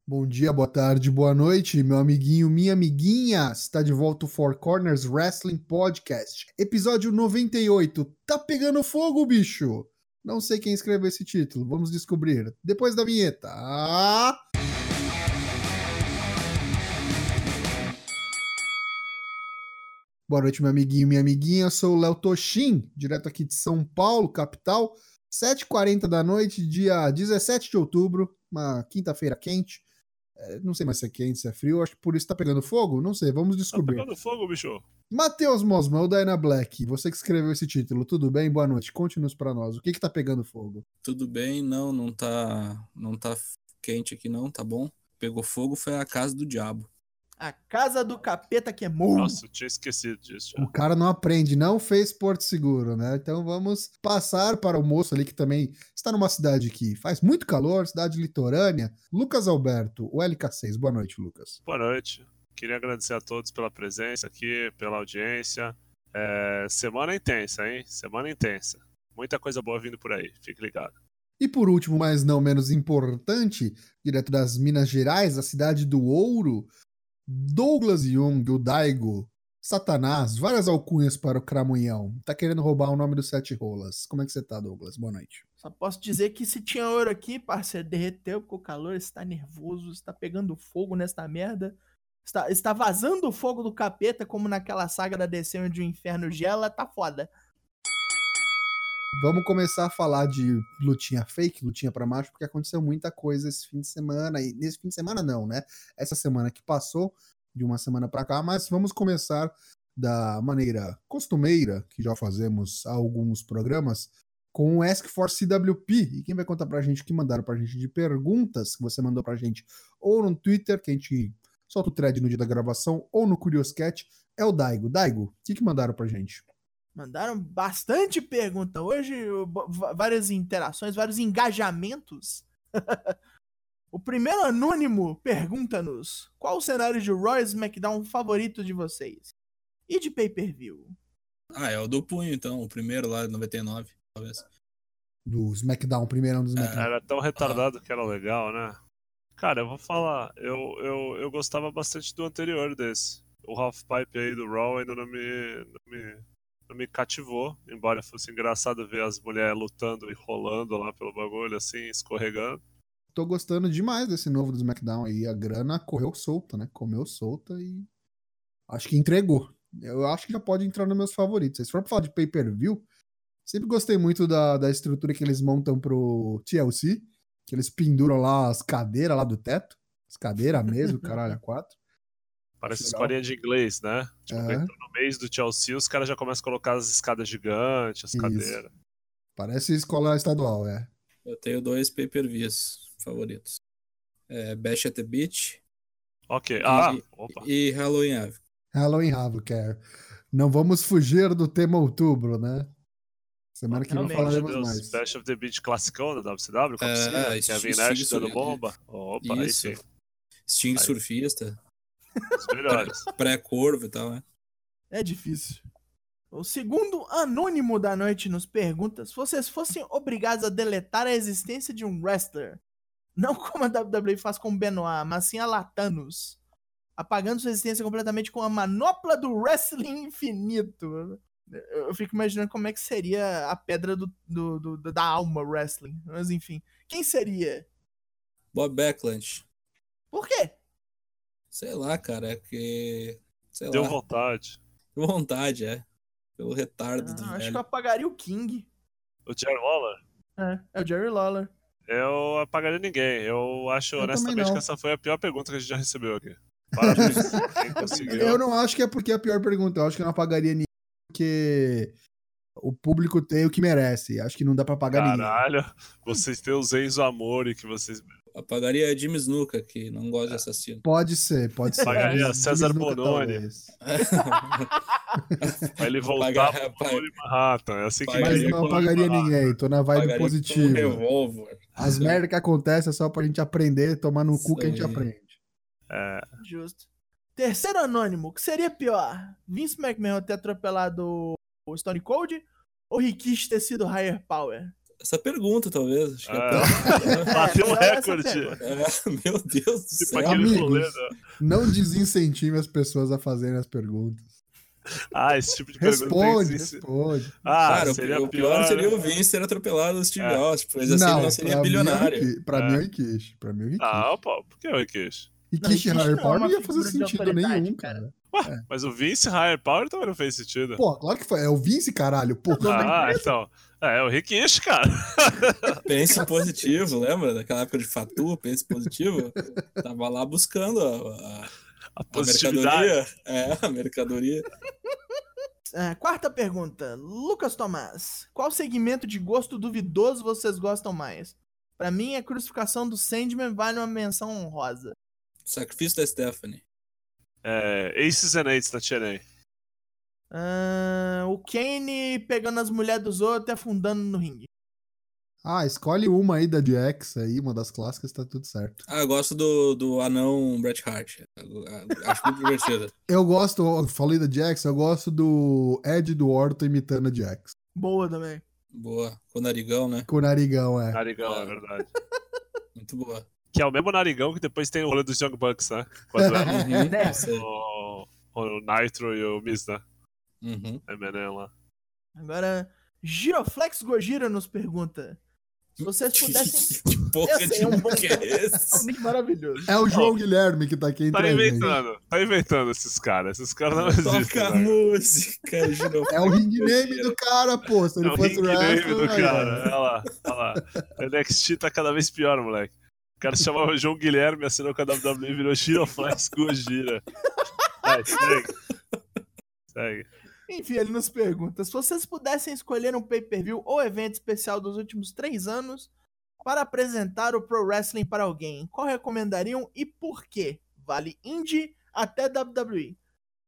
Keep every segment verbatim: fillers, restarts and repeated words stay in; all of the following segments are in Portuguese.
Bom dia, boa tarde, boa noite, meu amiguinho, minha amiguinha. Está de volta o Four Corners Wrestling Podcast. Episódio noventa e oito. Tá pegando fogo, bicho? Não sei quem escreveu esse título, vamos descobrir depois da vinheta. Ah! Boa noite, meu amiguinho, minha amiguinha. Eu sou o Léo Toshin, direto aqui de São Paulo, capital. sete e quarenta da noite, dia dezessete de outubro, uma quinta-feira quente. Não sei mais se é quente, se é frio, acho que por isso tá pegando fogo, não sei, vamos descobrir. Tá pegando fogo, bicho? Matheus Mosman, o Dyna Black, você que escreveu esse título, tudo bem? Boa noite, conte-nos pra nós, o que que tá pegando fogo? Tudo bem, não, não tá, não tá quente aqui não, tá bom? Pegou fogo foi a casa do diabo. A casa do capeta queimou. Nossa, eu tinha esquecido disso já. O cara não aprende, não fez Porto Seguro, né? Então vamos passar para o moço ali que também está numa cidade que faz muito calor, cidade litorânea, Lucas Alberto, o L K seis. Boa noite, Lucas. Boa noite. Queria agradecer a todos pela presença aqui, pela audiência. É, semana intensa, hein? Semana intensa. Muita coisa boa vindo por aí, fique ligado. E por último, mas não menos importante, direto das Minas Gerais, a cidade do Ouro, Douglas Jung, o Daigo, Satanás, várias alcunhas para o Cramunhão. Tá querendo roubar o nome do Sete Rolas. Como é que você tá, Douglas? Boa noite. Só posso dizer que se tinha ouro aqui, parceiro, derreteu porque o calor está nervoso, está pegando fogo nesta merda. Está, está vazando o fogo do capeta, como naquela saga da D C onde o inferno gela, tá foda. Vamos começar a falar de lutinha fake, lutinha pra macho, porque aconteceu muita coisa esse fim de semana. E nesse fim de semana não, né? Essa semana que passou, de uma semana pra cá, mas vamos começar da maneira costumeira, que já fazemos há alguns programas, com o Ask for C W P. E quem vai contar pra gente o que mandaram pra gente de perguntas que você mandou pra gente ou no Twitter, que a gente solta o thread no dia da gravação, ou no Curioscat, é o Daigo. Daigo, o que, que mandaram pra gente? Mandaram bastante pergunta. Hoje, várias interações, vários engajamentos. O primeiro anônimo pergunta-nos: qual o cenário de Raw e SmackDown favorito de vocês? E de pay-per-view? Ah, é o do punho então, o primeiro lá de noventa e nove, talvez. Do SmackDown, primeirão do SmackDown. Era tão retardado ah. que era legal, né? Cara, eu vou falar, eu, eu, eu gostava bastante do anterior desse. O Half Pipe aí do Raw ainda não me... Não me... Não me cativou, embora fosse engraçado ver as mulheres lutando e rolando lá pelo bagulho, assim, escorregando. Tô gostando demais desse novo do SmackDown aí. A grana correu solta, né? Comeu solta e acho que entregou. Eu acho que já pode entrar nos meus favoritos. Se for pra falar de pay-per-view, sempre gostei muito da, da estrutura que eles montam pro T L C, que eles penduram lá as cadeiras lá do teto. As cadeiras mesmo, caralho, a quatro. Parece escolinha de inglês, né? Tipo, é. Entrou no mês do Chelsea, os caras já começam a colocar as escadas gigantes, as Isso. cadeiras. Parece escola estadual, é. Eu tenho dois pay-per-views favoritos. É Bash at the Beach. Ok. E, ah, opa. E Halloween Havoc. Halloween Havoc, é. Não vamos fugir do tema outubro, né? Semana que vem falaremos Deus, mais. Bash of the Beach classicão da W C W, como é, é, Kevin Nash dando bomba. Opa, isso. Aí sim. Sting aí. Surfista. Os melhores. Pré-corvo e tal, né? É difícil. O segundo anônimo da noite nos pergunta: se vocês fossem obrigados a deletar a existência de um wrestler, não como a W W E faz com o Benoit, mas sim a Latanos, apagando sua existência completamente com a manopla do wrestling infinito. Eu fico imaginando como é que seria a pedra do, do, do, da alma wrestling. Mas enfim, quem seria? Bob Backlund. Por quê? Sei lá, cara, é que... Sei Deu lá. vontade. Deu vontade, é. Pelo retardo ah, do Acho velho. que eu apagaria o King. O Jerry Lawler? É, é o Jerry Lawler. Eu apagaria ninguém. Eu acho, eu honestamente, que essa foi a pior pergunta que a gente já recebeu aqui. Parabéns. Quem conseguiu. Eu não acho que é porque é a pior pergunta. Eu acho que eu não apagaria ninguém porque o público tem o que merece. Acho que não dá pra apagar Caralho, ninguém. Caralho, vocês têm os Enzo Amore que vocês... Apagaria Jimmy Snuka, que não gosta de assassino. Pode ser, pode ser. Apagaria César Nunca, Bononi. Pra ele voltar Apagar, pro Bononi Manhattan. É assim que Mas não apagaria ninguém. Tô na vibe Apagaria positiva. Um revólver. As merdas que acontecem é só pra gente aprender, tomar no Isso cu que a gente aí. aprende. É. Justo. Terceiro anônimo, o que seria pior? Vince McMahon ter atropelado o Stone Cold ou Rikishi ter sido Higher Power? essa pergunta, talvez. Acho que É. é. Bateu o É, essa recorde. pergunta. É, meu Deus do Tipo céu. aquele Amigos. Toledo. Não desincentive as pessoas a fazerem as perguntas. Ah, esse tipo de pergunta Responde, tem que ser- responde. Ah, Cara, o seria pi- o pior, pior. seria o Vince ter atropelado o Steve É. Austin, pois assim ele não seria pra bilionário. Mim é o Rikishi. Pra É. mim é o Rikishi. Pra mim é o Rikishi. Ah, pô, por que o Rikishi? Rikishi Não, Rikishi Higher não é Power uma não ia fazer figura de sentido autoridade, nenhum, cara. cara. Ué, mas o Vince Higher Power também não fez sentido. Pô, claro que foi. É o Vince, caralho. Pô, Ah, então. É, é o Rikishi, cara. Pense positivo, lembra daquela época de Fatu, pense positivo? Tava lá buscando a, a, A a positividade. mercadoria. É, a mercadoria. É, quarta pergunta. Lucas Tomás. Qual segmento de gosto duvidoso vocês gostam mais? Pra mim, a crucificação do Sandman vale uma menção honrosa. Sacrifício da Stephanie. É, Aces and Eights da T N A. Ah, o Kane pegando as mulheres dos outros e afundando no ringue. Ah, escolhe uma aí da Jax aí, uma das clássicas, tá tudo certo. Ah, eu gosto do, do anão Bret Hart. Eu- eu Acho muito divertido. Eu gosto, eu falei da Jax, eu gosto do Ed do Orton imitando a Jax. Boa também. Boa. Com o narigão, né? Com o narigão, é. Narigão, Ah. é verdade. Muito boa. Que é o mesmo narigão que depois tem o rolê dos Young Bucks, né? Quando é Uhum, Né? isso aí. o, o Nitro e o Miz, né? Uhum. Eminem lá. Agora, Giroflex Gojira nos pergunta. Se vocês pudessem... Que porra Eu sei, de é um bom- nick é É um esse? nick maravilhoso. É o João Oh, Guilherme que tá aqui Tá entre a gente. inventando. Tá inventando esses caras. Esses caras não existem. Toca a né? música, Giroflex. É o ring name do cara, pô. Se É ele o fosse ring name wrestler, do aí, cara. ó. Olha lá, olha lá. O N X T tá cada vez pior, moleque. O cara se chamava João Guilherme, assinou com a W W E e virou Giroflex Gojira. Vai, segue. Segue. Enfim, ele nos pergunta: se vocês pudessem escolher um pay-per-view ou evento especial dos últimos três anos para apresentar o Pro Wrestling para alguém, qual recomendariam e por quê? Vale indie até W W E.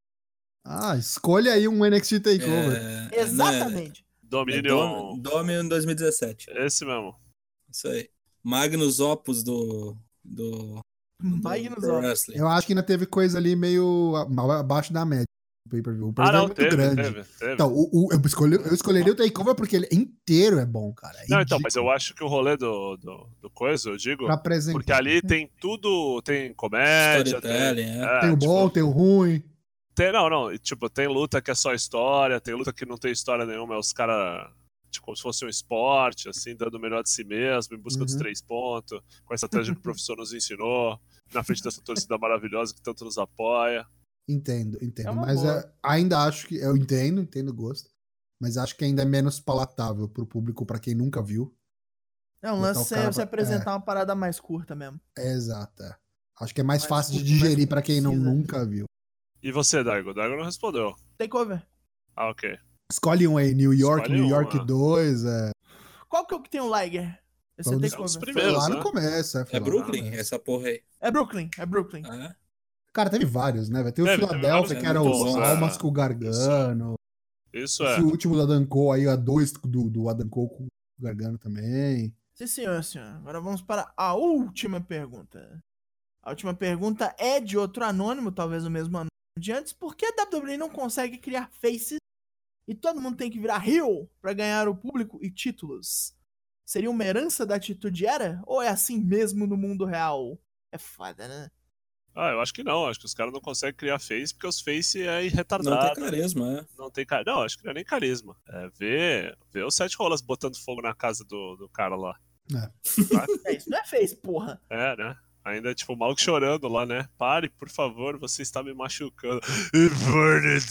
Ah, escolha aí um N X T Takeover. É, Exatamente. É Dominion. Dom- Dominion dois mil e dezessete. Esse mesmo. Isso aí. Magnus Opus do, do, do Magnus Pro Opus. Wrestling. Eu acho que ainda teve coisa ali meio a- abaixo da média. O pay-per-view. O Ah, pay-per-view é não, muito teve, grande. teve, teve. Então, o, o- eu, escolhi, eu escolheria o Takeover porque ele inteiro é bom, cara. É Não, então, mas ridículo eu acho que o rolê do, do, do coisa, eu digo, pra apresentar. porque ali tem tudo, tem comédia, tem, Storytelling, é. Tem o tipo, bom, tem o ruim. tem- não, não, e, tipo, tem luta que é só história, tem luta que não tem história nenhuma, é os caras, tipo, como se fosse um esporte, assim, dando o melhor de si mesmo, em busca dos Uhum. três pontos, com a estratégia que o professor nos ensinou, na frente dessa torcida maravilhosa que tanto nos apoia. Entendo, entendo. É uma mas boa. é, ainda acho que. Eu entendo, entendo o gosto. Mas acho que ainda é menos palatável pro público, pra quem nunca viu. É um Botar lance o sem cara você pra- apresentar uma parada mais curta mesmo. É exato. é. Acho que é mais Mais fácil de curto, mais digerir pra quem não, concisa. nunca viu. E você, Daigo? Daigo não respondeu. Takeover. Ah, ok. Escolhe um aí, New York, Escolhe New um, York é. dois. É, Qual que é o que tem o Liger? Esse Foi é um dos- É um dos Takeover. foi primeiros, lá né? no começo. É, foi É lá no Brooklyn, começo. essa porra aí. É Brooklyn, é Brooklyn. Ah, Cara, teve vários, né? Vai ter o Teve, teve Philadelphia, vários que era muito o bons, Almas é. com o Gargano. Isso é. Esse último do Adam Cole aí, a dois do, do Adam Cole com o Gargano também. Sim, senhor, senhor. Agora vamos para a última pergunta. A última pergunta é de outro anônimo, talvez o mesmo anônimo de antes. Por que a W W E não consegue criar faces e todo mundo tem que virar heel para ganhar o público e títulos? Seria uma herança da atitude era? Ou é assim mesmo no mundo real? É foda, né? Ah, eu acho que não. Acho que os caras não conseguem criar face porque os face é não retardado. tem carisma, é. Não tem carisma. Não, acho que não é nem carisma. É ver, ver o Sete Rolas botando fogo na casa do, do cara lá. É, isso não é face, porra. É, né? Ainda, tipo, o maluco chorando lá, né? Pare, por favor, você está me machucando. E burn it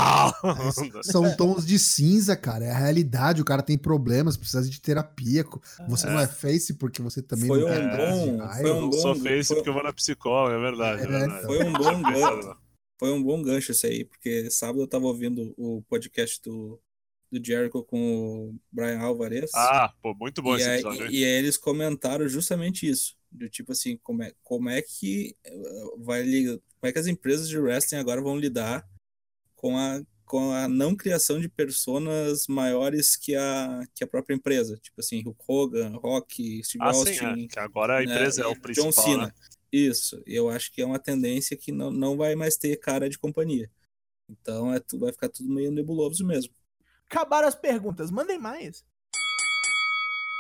down! São tons de cinza, cara. É a realidade. O cara tem problemas, precisa de terapia. Você É. não é face porque você também Foi não um quer bom- de raiva. foi Eu um não bom- sou face foi- porque eu vou na psicóloga, é verdade. É, É, verdade. Foi um Não bom tinha pensado, gancho. não. Foi um bom gancho esse aí, porque sábado eu tava ouvindo o podcast do, do Jericho com o Brian Alvarez. Ah, pô, muito bom e, esse aí, episódio, hein? e aí eles comentaram justamente isso. Do tipo assim, como é, como é que eh, vai li- como é que as empresas de wrestling agora vão lidar com a, com a não criação de personas maiores que a, que a própria empresa. Tipo assim, Hulk Hogan, Rock, Steve Ah, sim, Austin, é. Que agora a empresa né, é o e principal, John Cena. né? Isso, eu acho que é uma tendência que não, não vai mais ter cara de companhia. Então é, tu- vai ficar tudo meio nebuloso mesmo. Acabaram as perguntas. Mandem mais.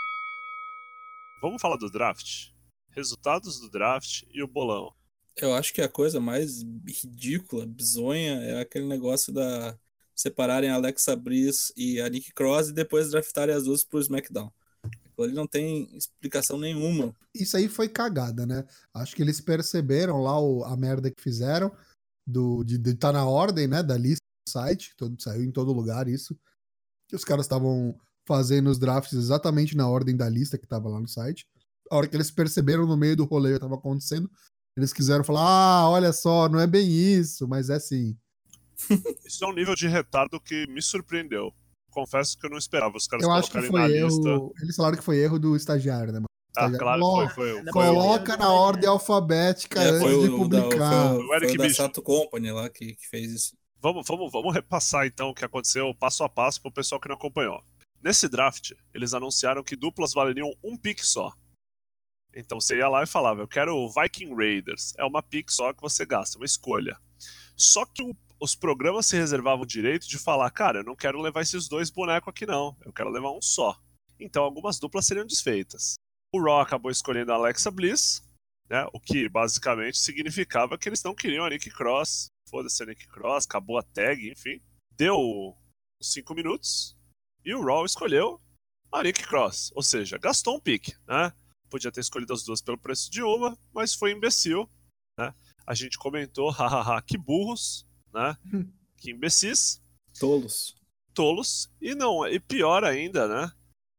vamos falar do draft? Resultados do draft e o bolão. Eu acho que a coisa mais ridícula, bizonha, é aquele negócio da separarem a Alexa Bliss e a Nikki Cross e depois draftarem as duas pro SmackDown. Aquilo ali não tem explicação nenhuma. Isso aí foi cagada, né? Acho que eles perceberam lá o, a merda que fizeram do, de estar tá na ordem, né, da lista do site, todo, saiu em todo lugar isso. Que os caras estavam fazendo os drafts exatamente na ordem da lista que tava lá no site. A hora que eles perceberam no meio do rolê que tava acontecendo, eles quiseram falar, ah, olha só, não é bem isso, mas é assim. Isso é um nível de retardo que me surpreendeu. Confesso que eu não esperava os caras eu acho que colocarem foi na lista. erro. Eles falaram que foi erro do estagiário, né, mano? Ah, Estagiário, claro, coloca, foi, foi, foi, coloca na ordem alfabética É, antes foi de o, publicar. da, foi, O o- foi Eric o da Bicho. Sato Company lá que, que fez isso. Vamos, vamos, vamos repassar então o que aconteceu passo a passo pro pessoal que não acompanhou. Nesse draft, eles anunciaram que duplas valeriam um pick só. Então você ia lá e falava, eu quero o Viking Raiders. É uma pick só que você gasta, uma escolha. Só que o- os programas se reservavam o direito de falar, cara, eu não quero levar esses dois bonecos aqui não, eu quero levar um só. Então algumas duplas seriam desfeitas. O Raw acabou escolhendo a Alexa Bliss, né, o que basicamente significava que eles não queriam a Nikki Cross. Foda-se a Nikki Cross, acabou a tag, enfim. Deu uns cinco minutos e o Raw escolheu a Nikki Cross. Ou seja, gastou um pick, né? Podia ter escolhido as duas pelo preço de uma, mas foi imbecil, né? A gente comentou, hahaha, que burros, né? Que imbecis, Tolos. tolos. E não, e pior ainda, né?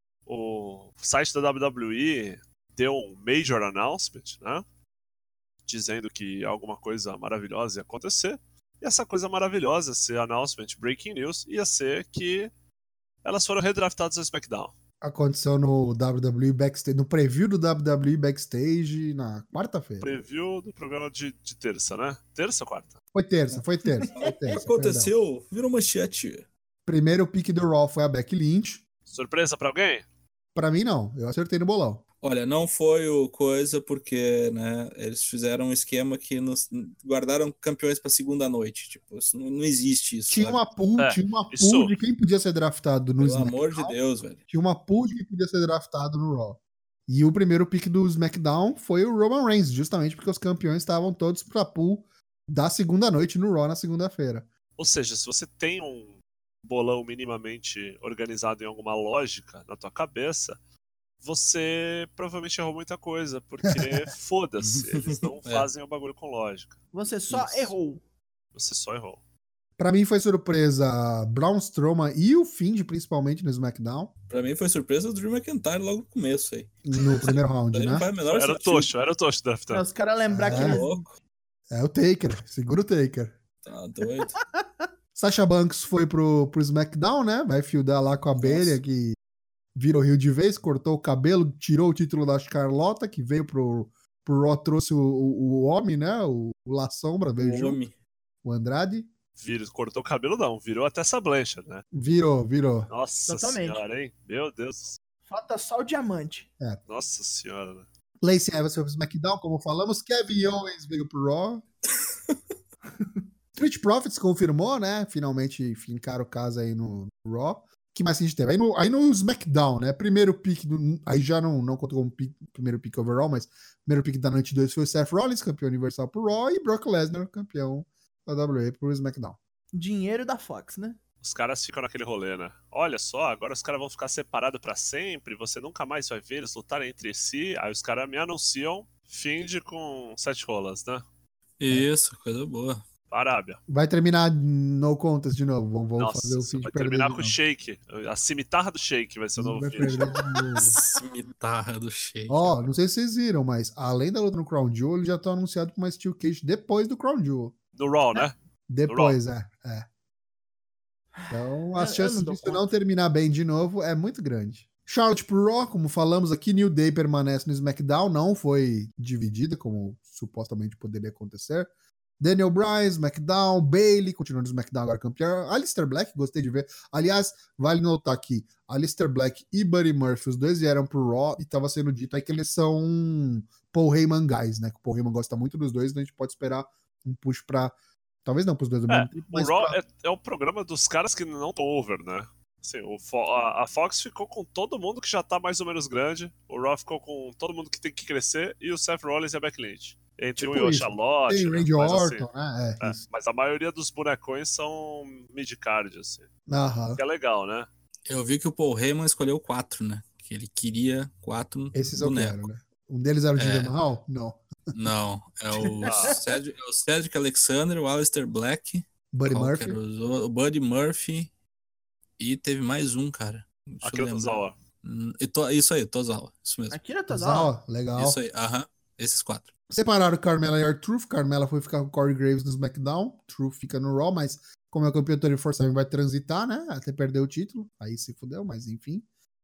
O site da W W E deu um major announcement, né? Dizendo que alguma coisa maravilhosa ia acontecer. E essa coisa maravilhosa, esse announcement, breaking news, ia ser que elas foram redraftadas no SmackDown. Aconteceu no W W E Backstage, no preview do W W E Backstage na quarta-feira. Preview do programa de, de terça, né? Terça ou quarta? Foi terça, foi terça. Foi terça perdão. Aconteceu, virou manchete. Primeiro pick do Raw foi a Becky Lynch. Surpresa pra alguém? Pra mim, não. Eu acertei no bolão. Olha, não foi o coisa porque, né, eles fizeram um esquema que nos guardaram campeões pra segunda noite. Tipo, isso não, não existe isso. Tinha sabe? uma pool, É, tinha uma pool isso- de quem podia ser draftado no Pelo SmackDown. amor de Deus, velho. Tinha uma pool de quem podia ser draftado no Raw. E o primeiro pick do SmackDown foi o Roman Reigns, justamente porque os campeões estavam todos pra pool da segunda noite no Raw na segunda-feira. Ou seja, se você tem um bolão minimamente organizado em alguma lógica na tua cabeça, você provavelmente errou muita coisa, porque foda-se, eles não É. fazem o bagulho com lógica. Você só Isso. errou. Você só errou. Pra mim foi surpresa Braun Strowman e o Fiend, principalmente no SmackDown, Pra mim foi surpresa do Drew McIntyre logo no começo aí. no primeiro round, Daí não né? faz a menor Era o sentido. Tocho, era o Tocho Pra draftando. os caras lembrar É. que Tá eles... louco. É o Taker, segura o Taker. Tá doido. Sasha Banks foi pro, pro SmackDown, né? Vai fildar lá com a Nossa. Bayley, que virou Rio de vez, cortou o cabelo, tirou o título da Carlota, que veio pro, pro Raw, trouxe o, o, o homem, né? O, o La Sombra, veio O junto, homem. o Andrade. Virou, cortou o cabelo não, virou até essa Blanchard, né? Virou, virou. Nossa Totalmente. senhora, hein? Meu Deus. Falta só o diamante. Nossa senhora, né? Lacey Evans foi pro SmackDown, como falamos. Kevin Owens veio pro Raw. Street Profits confirmou, né? Finalmente fincaram o caso aí no, no Raw. O que mais que a gente teve? Aí no, aí no SmackDown, né? Primeiro pick do. Aí já não, não contou como pick, primeiro pick overall, mas primeiro pick da noite dois foi o Seth Rollins, campeão universal pro Raw, e Brock Lesnar, campeão da W W E pro SmackDown. Dinheiro da Fox, né? Os caras ficam naquele rolê, né? Olha só, agora os caras vão ficar separados pra sempre, você nunca mais vai ver eles lutarem entre si. Aí os caras me anunciam Fiend com sete rolas, né? Isso, coisa boa. Arábia. Vai terminar no contest de novo. Vamos, vamos Nossa, fazer o fim vai de perder terminar de com o novo. Shake. A cimitarra do Shake vai ser o novo Vai Fiend. perder de novo. Cimitarra do Shake. Ó, não sei se vocês viram, mas além da luta no Crown Jewel, ele já tá anunciado com uma Steel Cage depois do Crown Jewel. No Raw, né? Depois, é, é. Então, as Eu- eu chances não dou disso conta. não terminar bem de novo é muito grande. Charlotte pro Raw, como falamos aqui, New Day permanece no SmackDown, não foi dividida, como supostamente poderia acontecer. Daniel Bryan, SmackDown, Bayley, continua no SmackDown agora campeão. Aleister Black, gostei de ver. Aliás, vale notar aqui, Aleister Black e Buddy Murphy, os dois vieram pro Raw e tava sendo dito aí que eles são Paul Heyman guys, né? Que o Paul Heyman gosta muito dos dois, então a gente pode esperar um push pra... Talvez não pros dois do É, mesmo tempo, O mas Raw pra- é, é o programa dos caras que não estão over, né? Assim, o Fo a, a Fox ficou com todo mundo que já tá mais ou menos grande, o Raw ficou com todo mundo que tem que crescer, e o Seth Rollins e a Becky Lynch. Entre Tipo um e o isso. Charlotte, Tem né? Randy Mas, Orton, assim, né? É, é, isso. mas a maioria dos bonecões são mid-card, assim. Aham. Que é legal, né? Eu vi que o Paul Heyman escolheu quatro, né? Que ele queria quatro Esses eu bonecos. quero, né? Um deles era o Jinder É. Mahal? Não. Não, é o, Ah. Cedric, é o Cedric Alexander, o Aleister Black, Buddy qual que Murphy? era o, o Buddy Murphy, e teve mais um, cara. Deixa eu Akira lembrar. Tozawa. Hum, e to- Isso aí, Tozawa, isso mesmo. Akira Tozawa. Tozawa, legal. Isso aí, aham, esses quatro. Separaram Carmella e R-Truth. Carmella foi ficar com Corey Graves no SmackDown. Truth fica no Raw, mas como é o campeão vinte e quatro sete vai transitar, né? Até perder o título. Aí se fudeu, mas enfim.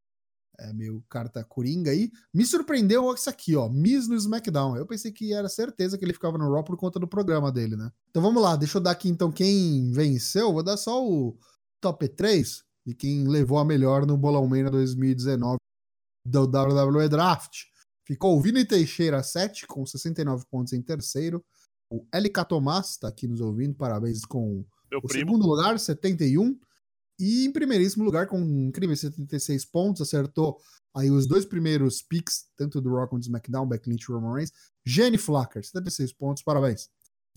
É meio carta coringa aí. Me surpreendeu isso aqui, ó. Miz no SmackDown. Eu pensei que era certeza que ele ficava no Raw por conta do programa dele, né? Então vamos lá, deixa eu dar aqui então quem venceu. Vou dar só o top três de quem levou a melhor no Bolão Mania dois mil e dezenove do W W E Draft. Ficou o Vini Teixeira sete, com sessenta e nove pontos em terceiro. O L K Tomás tá aqui nos ouvindo, parabéns com Meu o primo. segundo lugar, setenta e um. E em primeiríssimo lugar, com incríveis setenta e seis pontos, acertou aí os dois primeiros picks, tanto do Raw quanto do SmackDown, Becky Lynch e Roman Reigns. Jenny Flacker, setenta e seis pontos, parabéns.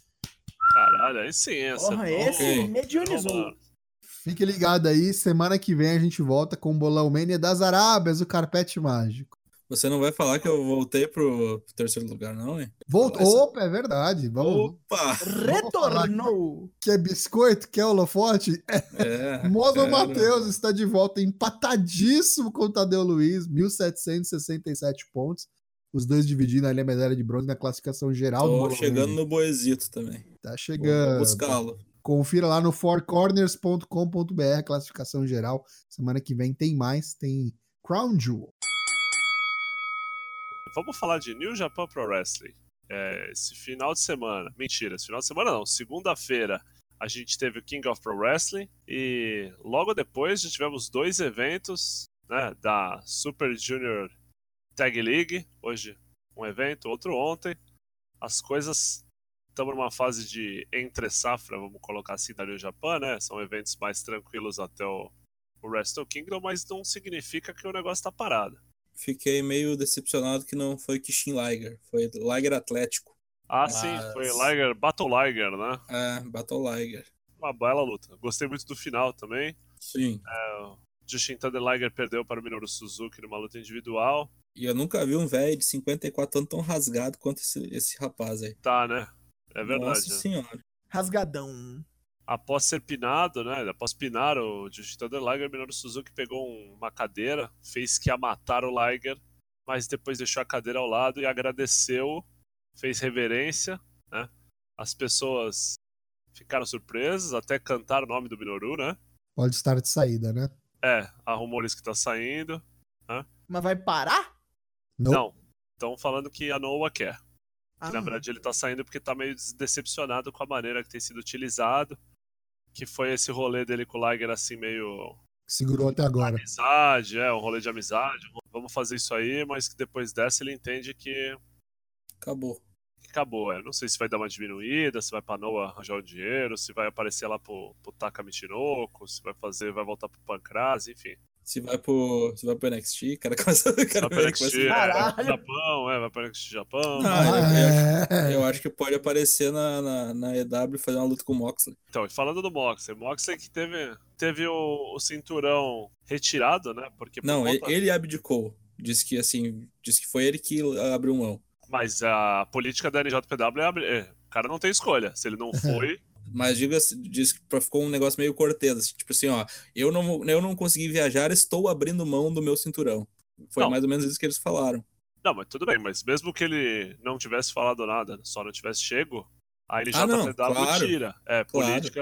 Caralho, aí sim, essa Porra, é esse Ok. medianizou. Fique ligado aí, semana que vem a gente volta com o Bolão Mania das Arábias, o Carpete Mágico. Você não vai falar que eu voltei pro, pro terceiro lugar, não, hein? Voltou, Falar isso? opa, é verdade, vamos, Opa! Retornou. quer biscoito, quer holofote? É, Mozo quero. Matheus está de volta empatadíssimo com o Tadeu Luiz, mil setecentos e sessenta e sete pontos. Os dois dividindo ali a medalha de bronze na classificação geral do Tô Bolão chegando Mania. no Boezito também. Tá Vou chegando. buscá-lo. Confira lá no four corners ponto com ponto b r, classificação geral. Semana que vem tem mais, tem Crown Jewel. Vamos falar de New Japan Pro Wrestling. É, esse final de semana, mentira, esse final de semana não, segunda-feira a gente teve o King of Pro Wrestling e logo depois já tivemos dois eventos, né, da Super Junior Tag League, hoje um evento, outro ontem. As coisas estamos numa fase de entre safra, vamos colocar assim, da New Japan, né? São eventos mais tranquilos até o, o Wrestle Kingdom, mas não significa que o negócio tá parado. Fiquei meio decepcionado que não foi Kishin Liger, foi Liger Atlético. Ah, Mas- sim, foi Liger, Battle Liger, né? É, Battle Liger. Uma bela luta. Gostei muito do final também. Sim. Jushin Thunder Liger perdeu para o Minoru Suzuki numa luta individual. E eu nunca vi um velho de cinquenta e quatro anos tão rasgado quanto esse, esse rapaz aí. Tá, né? É verdade. Nossa né? senhora. Rasgadão. Após ser pinado, né? Após pinar o Jushin Thunder Liger, Minoru Suzuki pegou um- uma cadeira, fez que ia matar o Liger, mas depois deixou a cadeira ao lado e agradeceu, fez reverência, né? As pessoas ficaram surpresas, até cantaram o nome do Minoru, né? Pode estar de saída, né? É, há rumores que tá saindo. Mas vai parar? Não. Não, estão falando que a Noah quer. Que Ah, na verdade ele tá saindo porque tá meio decepcionado com a maneira que tem sido utilizado. Que foi esse rolê dele com o Liger assim, meio Segurou até agora. amizade, é, um rolê de amizade. Vamos fazer isso aí, mas que depois dessa ele entende que, Acabou. que acabou. É. Não sei se vai dar uma diminuída, se vai pra Noah arranjar o dinheiro, se vai aparecer lá pro, pro Taka Michinoku, se vai fazer, vai voltar pro Pancras, enfim. Se vai pro, se vai pro N X T, o cara começa, o cara Vai pro vai N X T, começa- é, vai pro Caralho. Japão, é, vai pro N X T Japão. Não, eu, eu, é. eu acho que pode aparecer na, na, na E W e fazer uma luta com o Moxley. Então, e falando do Moxley, Moxley que teve, teve o, o cinturão retirado, né? Porque por Não, ele, conta- ele abdicou. Disse que assim, disse que foi ele que abriu mão. Mas a política da N J P W é, abrir- é, o cara não tem escolha. Se ele não foi, Mas diga, disse que ficou um negócio meio cortês, assim, tipo assim, ó, eu não, eu não consegui viajar, estou abrindo mão do meu cinturão. Foi Não. mais ou menos isso que eles falaram. não, mas tudo bem. Mas mesmo que ele não tivesse falado nada, só não tivesse chego, a N J Ah, não, P W claro. tira. É, Claro. política.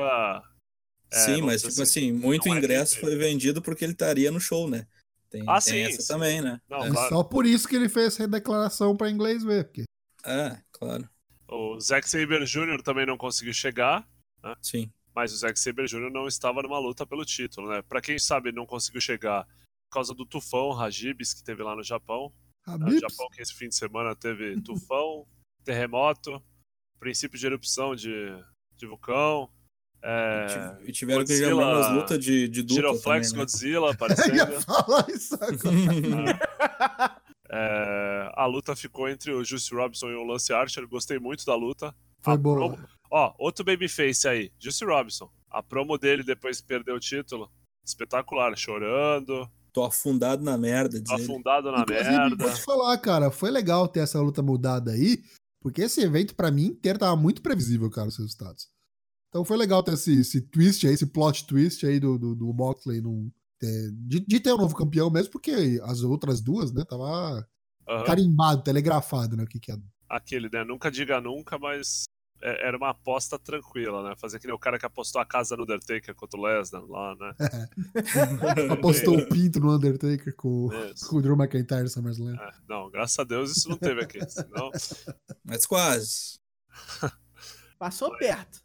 É, Sim, vamos mas dizer tipo assim, muito não é ingresso livre. foi vendido porque ele estaria no show, né? Tem, Ah, tem sim, essa sim. também, né? Não, é. E claro. só por isso que ele fez essa declaração para inglês ver. Porque... É, claro. O Zack Sabre Júnior também não conseguiu chegar, Sim. mas o Zack Sabre Júnior não estava numa luta pelo título, né? Pra quem sabe, não conseguiu chegar por causa do tufão Hajibis que teve lá no Japão. No Habibs, Japão, que esse fim de semana teve tufão, terremoto, princípio de erupção de, de vulcão. É, E tiveram que Godzilla, lembrar nas lutas de, de dupla Giroflex também, né? Godzilla Eu aparecendo. ia falar isso agora. É, a luta ficou entre o Juice Robinson e o Lance Archer. Gostei muito da luta. Foi A boa. promo- Ó, outro babyface aí, Juice Robinson. A promo dele depois que perdeu o título, espetacular, chorando, Tô afundado na merda, diz ele. afundado na Inclusive, merda. vou te falar, cara, foi legal ter essa luta mudada aí, porque esse evento, pra mim, inteiro tava muito previsível, cara, os resultados. Então foi legal ter esse, esse twist aí, esse plot twist aí do, do, do Moxley num, ter- de, de ter um novo campeão mesmo, porque as outras duas, né, tava Aham. carimbado, telegrafado, né, o que que é. Aquele, né? Nunca diga nunca, mas é- era uma aposta tranquila, né? Fazer que nem o cara que apostou a casa no Undertaker contra o Lesnar lá, né? Apostou o pinto no Undertaker com, Isso. com o Drew McIntyre no SummerSlam. É, não, graças a Deus isso não teve aqui. Senão... Mas quase. Passou perto.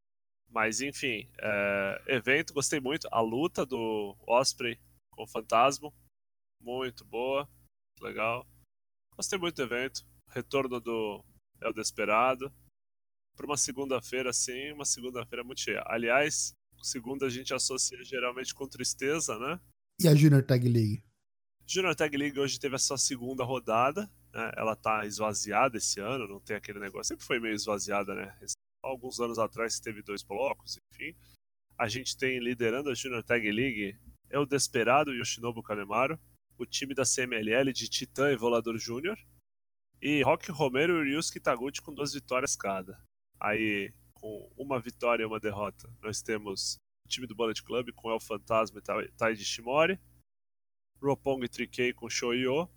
Mas enfim, é, evento, gostei muito. A luta do Osprey com o Fantasma, muito boa, legal. Gostei muito do evento. Retorno do El Desperado. Para uma segunda-feira, assim, uma segunda-feira muito cheia. Aliás, segunda a gente associa geralmente com tristeza, né? E a Junior Tag League? Junior Tag League hoje teve a sua segunda rodada, né? Ela tá esvaziada esse ano, não tem aquele negócio. Sempre foi meio esvaziada, né? Alguns anos atrás teve dois blocos, enfim. A gente tem liderando a Junior Tag League El Desperado e Yoshinobu Kanemaru, o time da C M L L de Titã e Volador Júnior, e Rock Romero e Ryusuke Taguchi com duas vitórias cada. Aí, com uma vitória e uma derrota, nós temos o time do Bullet Club com El Fantasma e Tai- Taiji Shimori, Roppongi e Trikei com Shoyo,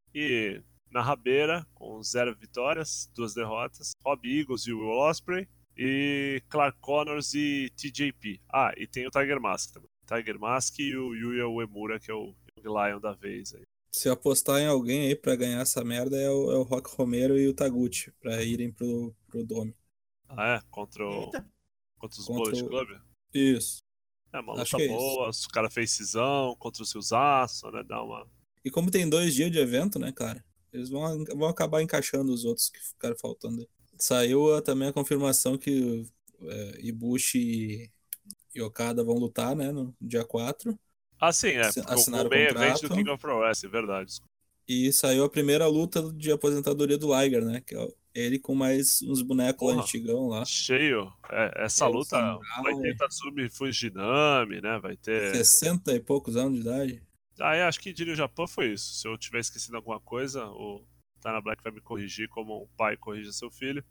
e na rabeira, com zero vitórias, duas derrotas, Rob Eagles e Will Ospreay, e Clark Connors e T J P. Ah, e tem o Tiger Mask também. Tiger Mask e o Yuya Uemura, que é o Young Lion da vez. Aí. Se eu apostar em alguém aí pra ganhar essa merda é o, é o Rock Romero e o Taguchi, pra irem pro, pro Dome. Ah, é? Contra, o, Eita. contra os Contra Bullet o- Club? Isso. É uma Acho luta que é boa, os cara fez cisão contra o Silzaço, né? Dá uma... E como tem dois dias de evento, né, cara? Eles vão, vão acabar encaixando os outros que ficaram faltando aí. Saiu a- também a confirmação que é, Ibushi e Okada vão lutar, né, no dia quatro. Ah, sim, é. Assi- Ficou assinaram com o main o event do contrato. King of Pro Wrestling, verdade. E saiu a primeira luta de aposentadoria do Liger, né? Que é ele com mais uns bonecos lá Porra. antigão lá. Cheio. É, essa É, o luta Samurai. vai ter Tatsumi Fujinami, né? Vai ter... sessenta e poucos anos de idade. Ah, é, acho que de New Japan foi isso. Se eu tiver esquecido alguma coisa, o Tana Black vai me corrigir como um pai corrige seu filho.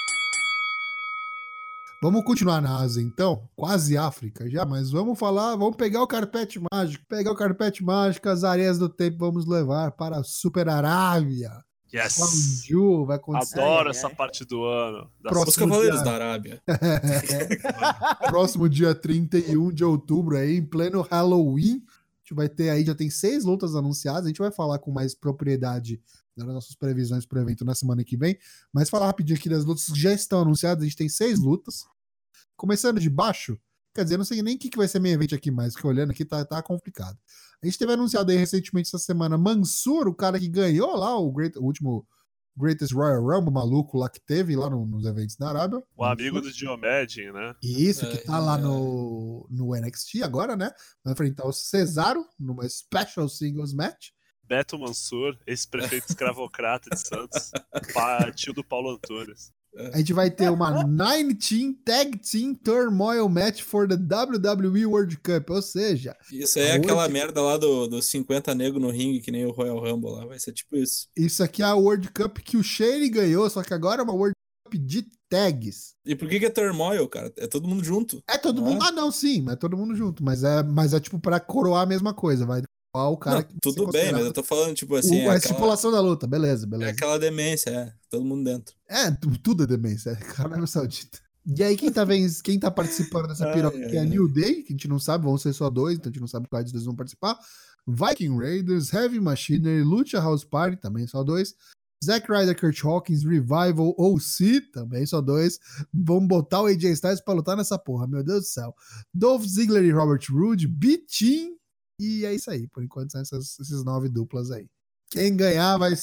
Vamos continuar na Ásia, então? Quase África já, mas vamos falar, vamos pegar o carpete mágico. Pegar o carpete mágico, as areias do tempo, vamos levar para a Super Arábia. Yes! Gwangju vai acontecer. Adoro Ai, ai, essa ai. parte do ano. Da Próximo Os Cavaleiros dia. da Arábia. Próximo dia trinta e um de outubro, aí, em pleno Halloween. A gente vai ter aí, já tem seis lutas anunciadas. A gente vai falar com mais propriedade das nossas previsões para o evento na semana que vem. Mas falar rapidinho aqui das lutas que já estão anunciadas. A gente tem seis lutas. Começando de baixo, quer dizer, eu não sei nem o que que vai ser meio evento aqui mais, porque olhando aqui tá, tá complicado. A gente teve anunciado aí recentemente essa semana Mansur, o cara que ganhou lá o, great, o último Greatest Royal Rumble maluco lá que teve lá no- nos eventos da Arábia. O amigo do Diomedin, né? Isso, que tá É, lá é. no, no N X T agora, né? Vai enfrentar o Cesaro numa Special Singles Match. Beto Mansur, ex-prefeito escravocrata de Santos, pa- tio do Paulo Antunes. A gente vai ter uma nine-team Tag Team Turmoil Match for the W W E World Cup, ou seja, Isso aí é Aonde- aquela merda lá do, dos cinquenta negros no ringue, que nem o Royal Rumble lá. Vai ser tipo isso. isso aqui é a World Cup que o Shane ganhou, só que agora é uma World Cup de tags. E por que que é turmoil, cara? É todo mundo junto. É todo Não mundo. é? Ah, não, sim, é todo mundo junto, mas é, mas é tipo pra coroar a mesma coisa, vai coroar o cara Não, que tudo se bem, mas considerava eu tô falando, tipo o- assim, é a aquela, estipulação da luta, beleza, é beleza. aquela demência, é. Todo mundo dentro. É, tu- tudo é demência, é Arábia Saudita. E aí, quem tá, vendo, quem tá participando dessa Ai, piroca ai, aqui é a ai. New Day, que a gente não sabe, vão ser só dois, então a gente não sabe quais dos dois vão participar. Viking Raiders, Heavy Machinery, Lucha House Party, também só dois. Zack Ryder, Kurt Hawkins, Revival, O C, também só dois. Vamos botar o A J Styles pra lutar nessa porra, meu Deus do céu. Dolph Ziggler e Robert Roode, B-Team, e é isso aí, por enquanto são essas, esses nove duplas aí. Quem ganhar vai ser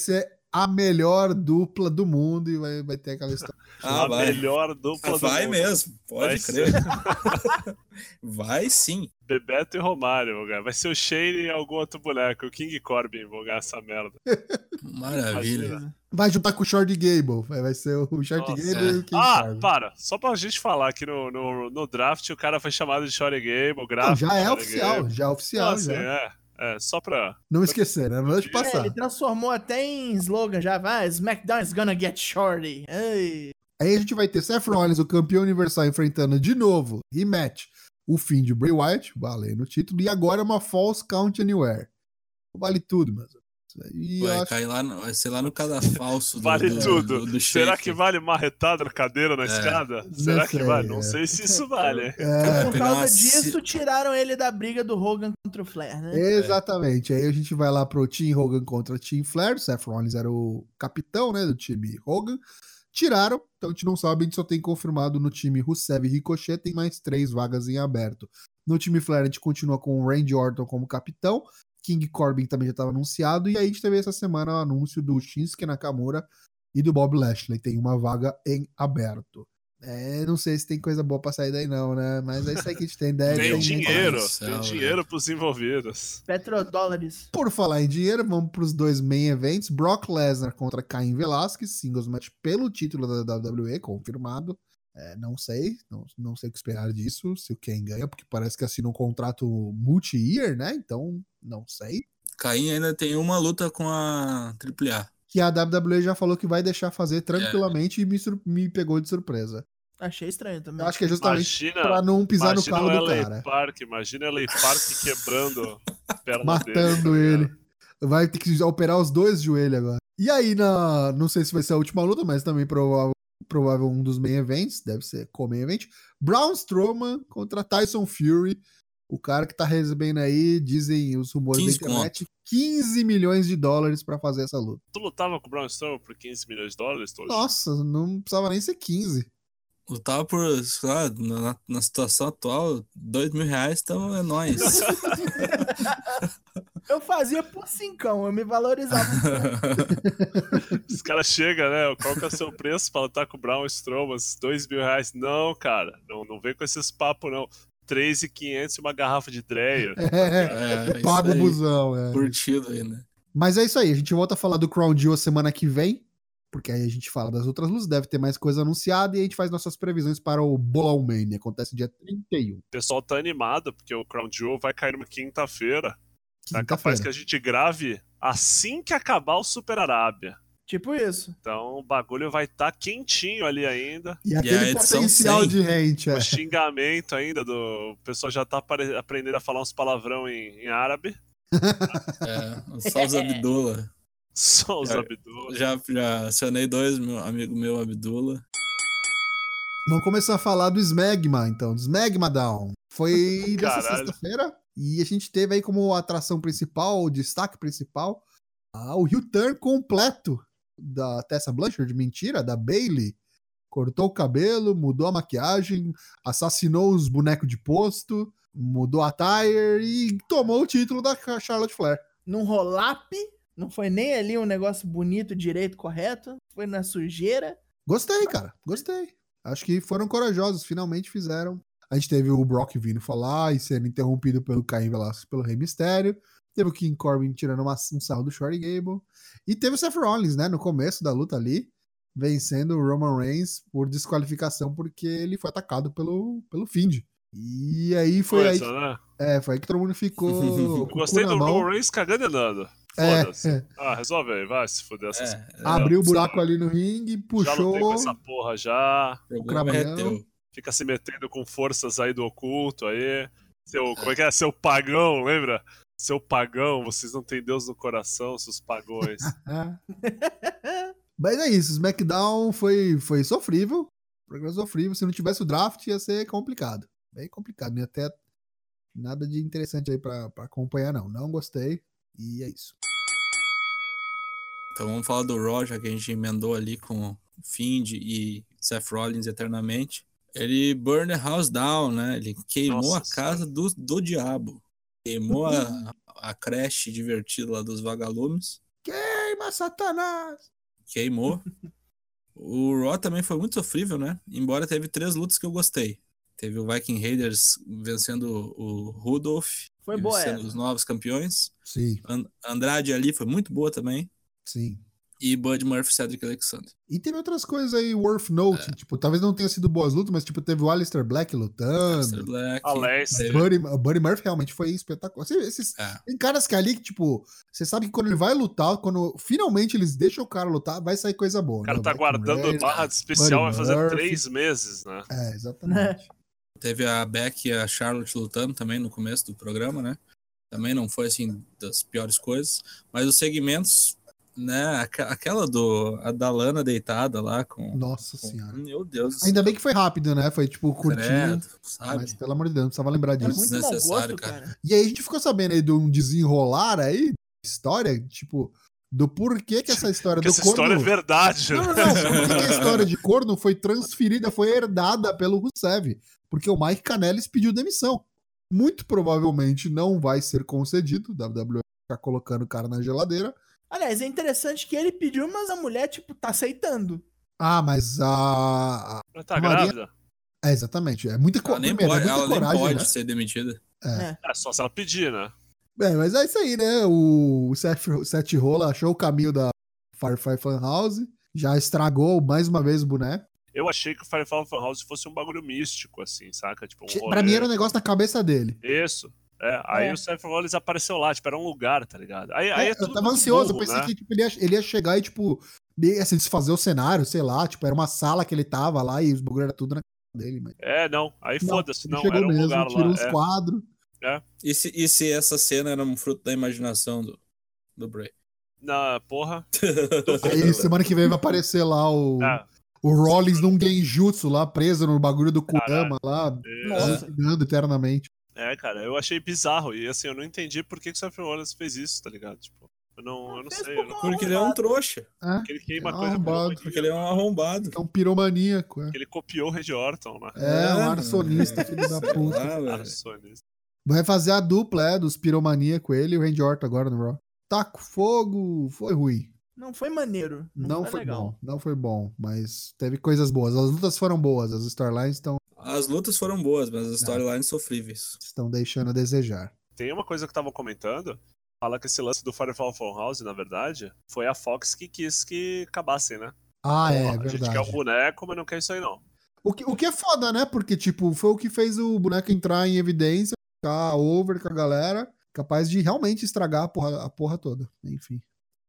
a melhor dupla do mundo e vai, vai ter aquela história. Ah, a vai. melhor dupla Ah, do vai mundo. mesmo, pode Vai crer. Vai sim. Bebeto e Romário, vão ganhar. Vai ser o Shane e algum outro boneco. O King Corbin vão ganhar essa merda. Maravilha. Imagina. Vai juntar com o Short Gable. Vai vai ser o Short Nossa, Gable é. e o King Ah, Corbin. para. Só pra gente falar que no, no, no draft o cara foi chamado de Shorty Gable. Não, Gráfico já é Shorty oficial. Gable. Já é oficial. Ah, sim, já. é. É, só pra... Não esquecer, né? Não deixa É, É, passar. ele transformou até em slogan já, vai, SmackDown is gonna get shorty. Ei. Aí a gente vai ter Seth Rollins, o campeão universal, enfrentando de novo, rematch, o fim de Bray Wyatt, valendo o título, e agora uma False Count Anywhere. Vale tudo, mas e Vai eu acho... cair lá, no, vai ser lá no cadafalso do, Vale do, tudo. do, do Será Shake. que vale marretada na cadeira na É. escada? Não Será que sei, vale? Não é. sei se isso vale. É, Por pegar causa uma disso, ci- tiraram ele da briga do Hogan contra o Flair, né? exatamente. Aí a gente vai lá pro Team Hogan contra Team Flair. O Seth Rollins era o capitão, né, do time Hogan. Tiraram, então a gente não sabe, a gente só tem confirmado no time Rusev e Ricochet, tem mais três vagas em aberto. No time Flair a gente continua com o Randy Orton como capitão, King Corbin também já estava anunciado, e aí a gente teve essa semana o anúncio do Shinsuke Nakamura e do Bob Lashley, tem uma vaga em aberto. É, não sei se tem coisa boa pra sair daí não, né, mas é isso aí que a gente tem ideia. Tem tem dinheiro. do céu, Tem dinheiro pros envolvidos. Petrodólares. Por falar em dinheiro, vamos pros dois main events. Brock Lesnar contra Cain Velasquez, singles match pelo título da W W E, confirmado. É, não sei, não, não sei o que esperar disso, se o Cain ganha, porque parece que assinou um contrato multi-year, né? Então, não sei. Caim ainda tem uma luta com a Triple A. Que a W W E já falou que vai deixar fazer tranquilamente e me, sur- me pegou de surpresa. Achei estranho também. Eu acho que é justamente Imagina, pra não pisar no imagina carro o do L A cara. Park, imagina o L A Park quebrando a perna Matando dele. ele. Vai ter que operar os dois joelhos agora. E aí, na, não sei se vai ser a última luta, mas também provável, provável um dos main events, deve ser co-main event. Braun Strowman contra Tyson Fury, o cara que tá recebendo aí, dizem os rumores da quinze internet, quinze milhões de dólares pra fazer essa luta. Tu lutava com o Braun Strowman por quinze milhões de dólares, Tocho? Nossa, não precisava nem ser quinze. Lutava por, sei lá, na, na situação atual, dois mil reais, então é nóis. Eu fazia por cincão, eu me valorizava. Os caras chegam, né? Qual que é o seu preço pra lutar com o Braun Strowman? Dois mil reais? Não, cara. Não, não vem com esses papos, não. três mil e quinhentos e uma garrafa de Dreyer. É, É, paga o isso aí. busão, é. Curtido aí, né? Mas é isso aí, a gente volta a falar do Crown Jewel semana que vem, porque aí a gente fala das outras lutas, deve ter mais coisa anunciada e a gente faz nossas previsões para o Bolão Mania, acontece dia trinta e um. O pessoal tá animado, porque o Crown Jewel vai cair numa quinta-feira. Tá capaz que Quinta-feira. a gente grave assim que acabar o Super Arábia. Tipo isso. Então o bagulho vai estar tá quentinho ali ainda. E a aquele edição potencial cem. de gente, é. O xingamento ainda do. O pessoal já tá apare- aprendendo a falar uns palavrão em, em árabe. É, só os Abdullah. Só os É. Abdul. Já, já acionei dois, meu amigo meu, Abdullah. Vamos começar a falar do Smegma, então, do Smegma Down. Foi dessa Caralho. sexta-feira e a gente teve aí como atração principal, o destaque principal, ah, o heel turn completo da Tessa Blanchard, mentira, da Bayley. Cortou o cabelo, mudou a maquiagem, assassinou os bonecos de posto, mudou a tire e tomou o título da Charlotte Flair. Num roll-up, não foi nem ali um negócio bonito, direito, correto. Foi na sujeira. Gostei, cara, gostei. Acho que foram corajosos, finalmente fizeram. A gente teve o Brock vindo falar e sendo interrompido pelo Cain Velasquez pelo Rey Mysterio. Teve o King Corbin tirando uma, um sarro do Shorty Gable. E teve o Seth Rollins, né, no começo da luta ali, vencendo o Roman Reigns por desqualificação porque ele foi atacado pelo, pelo Fiend. E aí foi aí, Coisa, né? é, foi aí que todo mundo ficou com Eu o cu gostei na do mão. Roman Reigns cagando e andando. É, Foda-se. é. Ah, resolve aí, vai se fuder essas. É, Abriu o é, buraco ali no ringue, Já lutei com puxou. essa porra já. o Cramunhão. problema é teu. Fica se metendo com forças aí do oculto aí. Seu, como é que é? Seu pagão, lembra? Seu pagão, vocês não têm Deus no coração, seus pagões. Mas é isso, SmackDown foi, foi sofrível. Programa sofrível. Se não tivesse o draft, ia ser complicado. Bem complicado. Não ia ter nada de interessante aí pra, pra acompanhar, não. Não gostei. E é isso. Então vamos falar do Raw, já que a gente emendou ali com Fiend e Seth Rollins eternamente. Ele burn the house down, né? Ele queimou Nossa a casa do, do diabo. Queimou a, a creche divertida lá dos vagalumes. Queima Queima, Satanás! Queimou. O Raw também foi muito sofrível, né? Embora teve três lutas que eu gostei. Teve o Viking Raiders vencendo o Rudolph. Foi boa vencendo essa. os novos campeões. Sim, And- Andrade ali foi muito boa também. sim. E Bud Murphy e Cedric Alexander. E teve outras coisas aí worth note. Tipo, talvez não tenha sido boas lutas, mas tipo, teve o Aleister Black lutando. Aleister Black. Alex. teve- Buddy, o Buddy Murphy realmente foi espetacular. Você- Esses, É. tem caras que ali, que, tipo, você sabe que quando ele vai lutar, quando finalmente eles deixam o cara lutar, vai sair coisa boa. O cara né? tá Viking guardando Raiders, barra de especial, vai Buddy fazer Murphy. três meses, né? É, exatamente. Teve a Beck e a Charlotte lutando também no começo do programa, né? Também não foi, assim, das piores coisas. Mas os segmentos, né? aqua- Aquela do... A da Lana deitada lá com... Nossa com- senhora. Meu Deus do Ainda céu. bem que foi rápido, né? Foi, tipo, curtinho. Credo, sabe? Mas, pelo amor de Deus, não precisava lembrar É disso. muito mau desnecessário, gosto, cara. cara. E aí a gente ficou sabendo aí de um desenrolar aí, história, tipo, do porquê que essa história Porque do essa história é corno... verdade, Não, né? não, não. Por que que a história de corno foi transferida, foi herdada pelo Rusev? Porque o Mike Kanellis pediu demissão. Muito provavelmente não vai ser concedido. O W W E vai ficar colocando o cara na geladeira. Aliás, é interessante que ele pediu, mas a mulher, tipo, tá aceitando. Ah, mas a. Ela tá Maria- grávida? É, exatamente. É muita, co... Ela nem Primeiro, é pode, muita ela nem coragem, pode né? ser demitida. É. É só se ela pedir, né? É, mas é isso aí, né? O Seth, Seth Rolla achou o caminho da Firefly Funhouse. Já estragou mais uma vez o boneco. Eu achei que o Firefly Funhouse fosse um bagulho místico, assim, saca? Tipo, um rolê. Pra mim era um negócio na cabeça dele. Isso. É, aí É. o Seth Rollins apareceu lá, tipo, era um lugar, tá ligado? Aí, aí é É, tudo eu tava muito ansioso, burro, eu pensei né? que tipo, ele, ia, ele ia chegar e, tipo, meio assim, desfazer o cenário, sei lá, tipo, era uma sala que ele tava lá e os bagulho era tudo na casa dele, mas. É, não, aí Não, foda-se, ele não, chegou era um mesmo, lugar tirou lá. uns É, quadros. E se, e se essa cena era um fruto da imaginação do, do Bray? na porra. Aí semana que vem vai aparecer lá o, É, o Rollins num genjutsu lá, preso no bagulho do Kurama lá, é, Nossa. alucinando eternamente. é, cara, eu achei bizarro. E assim, eu não entendi por que, que o Seth Rollins fez isso, tá ligado? Tipo, eu não, eu não Fez sei. por Eu não, Porque ele é um trouxa. É, porque ele queima É um coisa arrombado, pela Porque ele é um arrombado. é um piromaníaco, é. Ele copiou o Randy Orton, né? É, um É, arsonista, filho da sei puta. lá, velho. Arsonista. Vai fazer a dupla, é, dos piromaníacos, ele e o Randy Orton agora no Raw. Taco fogo, foi ruim. Não foi maneiro. Não, Não, foi, foi legal. bom, não foi bom, mas teve coisas boas. As lutas foram boas, as storylines estão As lutas foram boas, mas as storylines sofríveis. estão deixando a desejar. Tem uma coisa que estavam comentando, fala que esse lance do Firefly Funhouse, na verdade, foi a Fox que quis que acabassem, né? Ah, é, Ó, a gente quer verdade. o boneco, mas não quer isso aí não. O que, o que é foda, né? Porque, tipo, foi o que fez o boneco entrar em evidência, ficar over com a galera, capaz de realmente estragar a porra, a porra toda. Enfim.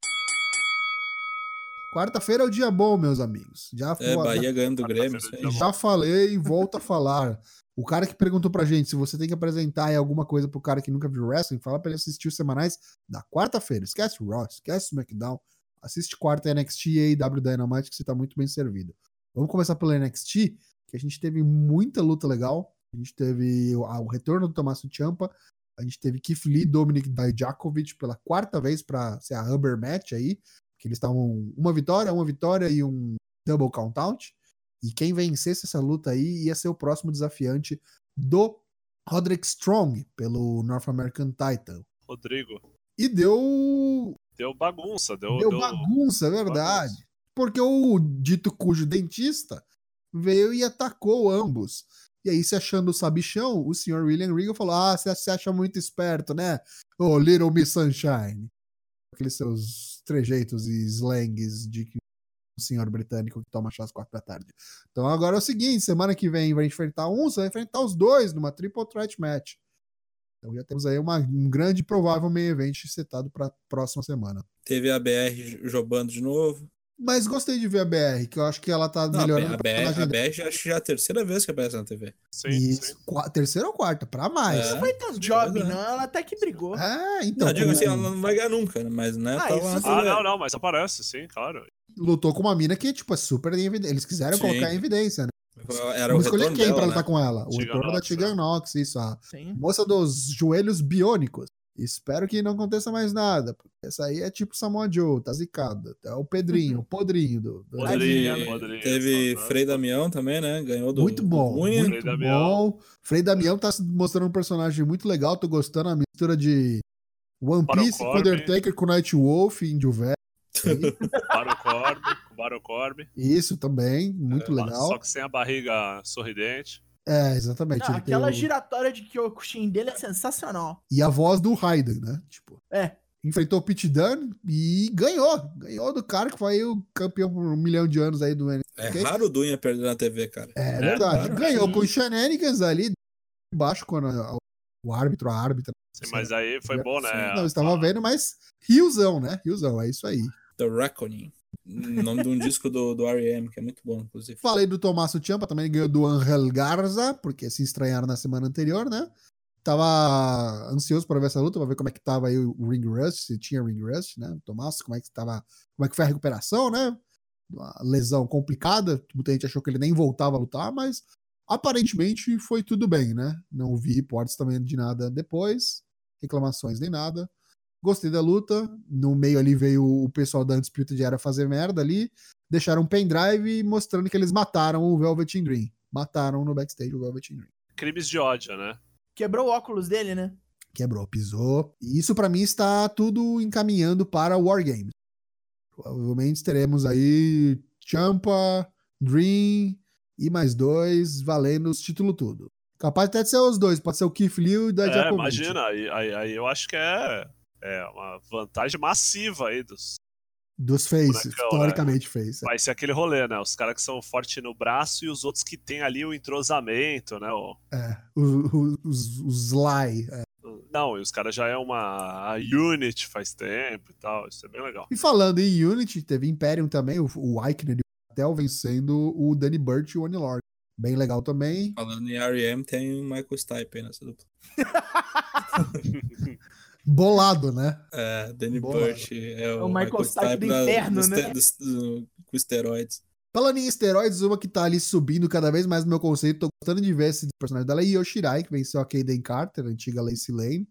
Quarta-feira é o dia bom, meus amigos. Já, É, fa- Bahia ganhando do Quarta-feira Grêmio. Isso aí. de já falei e volto a falar. O cara que perguntou pra gente se você tem que apresentar aí alguma coisa pro cara que nunca viu wrestling, fala pra ele assistir os semanais da quarta-feira. Esquece o Raw, esquece o SmackDown. Assiste quarta N X T e A E W Dynamite que você tá muito bem servido. Vamos começar pelo N X T, que a gente teve muita luta legal. A gente teve o, o retorno do Tommaso Ciampa. A gente teve Keith Lee e Dominic Dijakovic pela quarta vez pra ser a rubber match aí. Que eles estavam uma vitória, uma vitória e um double count-out. E quem vencesse essa luta aí ia ser o próximo desafiante do Roderick Strong pelo North American Title. Rodrigo, E deu, deu bagunça, deu... deu deu- bagunça, é verdade. bagunça. Porque o dito cujo dentista veio e atacou ambos. E aí, se achando o sabichão, o senhor William Regal falou: ah, você se acha muito esperto, né? Ô, Little Miss Sunshine. Aqueles seus trejeitos e slangs de um senhor britânico que toma chá às quatro da tarde. Então agora é o seguinte, semana que vem vai enfrentar um, você vai enfrentar os dois numa triple threat match. Então já temos aí uma, um grande provável main event setado para próxima semana. Teve a B R jogando de novo. Mas gostei de ver a B R, que eu acho que ela tá Não, melhorando a B R, personagem a B R já, acho que já é a terceira vez que aparece na T V. Sim, Isso, sim. qua- terceira ou quarta, pra mais. É. É, Não foi tanto job, é. não. Ela até que brigou. então. não, digo com- assim, ela não vai ganhar nunca, né? Mas, né, Ah, tá isso lá. sim. Ah, não, não, mas aparece, sim, claro. Lutou com uma mina que, tipo, é super em evidência. Eles quiseram Sim. colocar em evidência, né? Era o Vamos escolher retorno quem dela, pra né? lutar com ela? O Tegan retorno da Nox, Tegan né? Nox, isso, a Sim. moça dos joelhos biônicos. Espero que não aconteça mais nada. Porque essa aí é tipo Samoa Joe, tá zicada. É o Pedrinho, o podrinho do. do- Podrinho, Teve, podrinho, teve só, né? Frei Damião também, né? Ganhou do Muito bom, do Cunha. muito Frei Damião. bom. Frei Damião tá se mostrando um personagem muito legal. Tô gostando da mistura de One Baron Piece com Corbin. Undertaker com Night Wolf, Índio Velho. Baron Corbin, com Baron Corbin. Isso também, muito É, legal. Só que sem a barriga sorridente. É, exatamente. Não, ele tem aquela o- giratória de Kyokushin dele é sensacional. E a voz do Raiden, né? Tipo, É. enfrentou o Pete Dunne e ganhou. Ganhou do cara que foi o campeão por um milhão de anos aí do N É X T. raro o Dunha perder na T V, cara. É, verdade. claro. Ganhou Sim. com os shenanigans ali embaixo quando a- o árbitro, a árbitra. Sim, mas aí foi bom, né? Não, estava vendo, mas riozão, né? Riozão, é isso aí. The Reckoning. Nome de um disco do, do R E M, que é muito bom, inclusive. Falei do Tommaso Ciampa, também ganhou do Angel Garza, porque se estranharam na semana anterior, né? Tava ansioso para ver essa luta, pra ver como é que tava aí o ring rust, se tinha ring rust, né? O Tommaso, como é que tava, como é que foi a recuperação, né? Uma lesão complicada, muita gente achou que ele nem voltava a lutar, mas aparentemente foi tudo bem, né? Não vi reportes também de nada depois, reclamações nem nada. Gostei da luta, no meio ali veio o pessoal da Undisputed Era fazer merda ali, deixaram um pendrive mostrando que eles mataram o Velvet Green. Mataram no backstage o Velvet Green. Crimes de ódio, né? Quebrou o óculos dele, né? Quebrou, pisou. E isso pra mim está tudo encaminhando para War Games. Provavelmente teremos aí Ciampa, Dream e mais dois valendo os títulos tudo. Capaz até de ser os dois, pode ser o Keith Lee e o Dijakovic. É, imagina, aí, aí, aí eu acho que é, é uma vantagem massiva aí dos. Dos faces, Bonecão, historicamente face. Vai ser aquele rolê, né? Os caras que são fortes no braço e os outros que tem ali o entrosamento, né? O... É, os, os, os Sly. É. Não, e os caras já é uma a unit faz tempo e tal, isso é bem legal. E falando em Unity, teve Imperium também, o, o Eichner e o Patel vencendo o Danny Burch e o Oni Lord. Bem legal também. Falando em R E M, tem o Michael Stipe aí nessa dupla. Bolado, né? É, Danny Boa. Burch é o, O Michael Stipe do inferno, dos, né? dos, do- com esteroides. Falando em esteroides, uma que tá ali subindo cada vez mais no meu conceito, tô gostando de ver esse personagem dela, é Io Shirai, que venceu a Kaden Carter, a antiga Lacey Lane,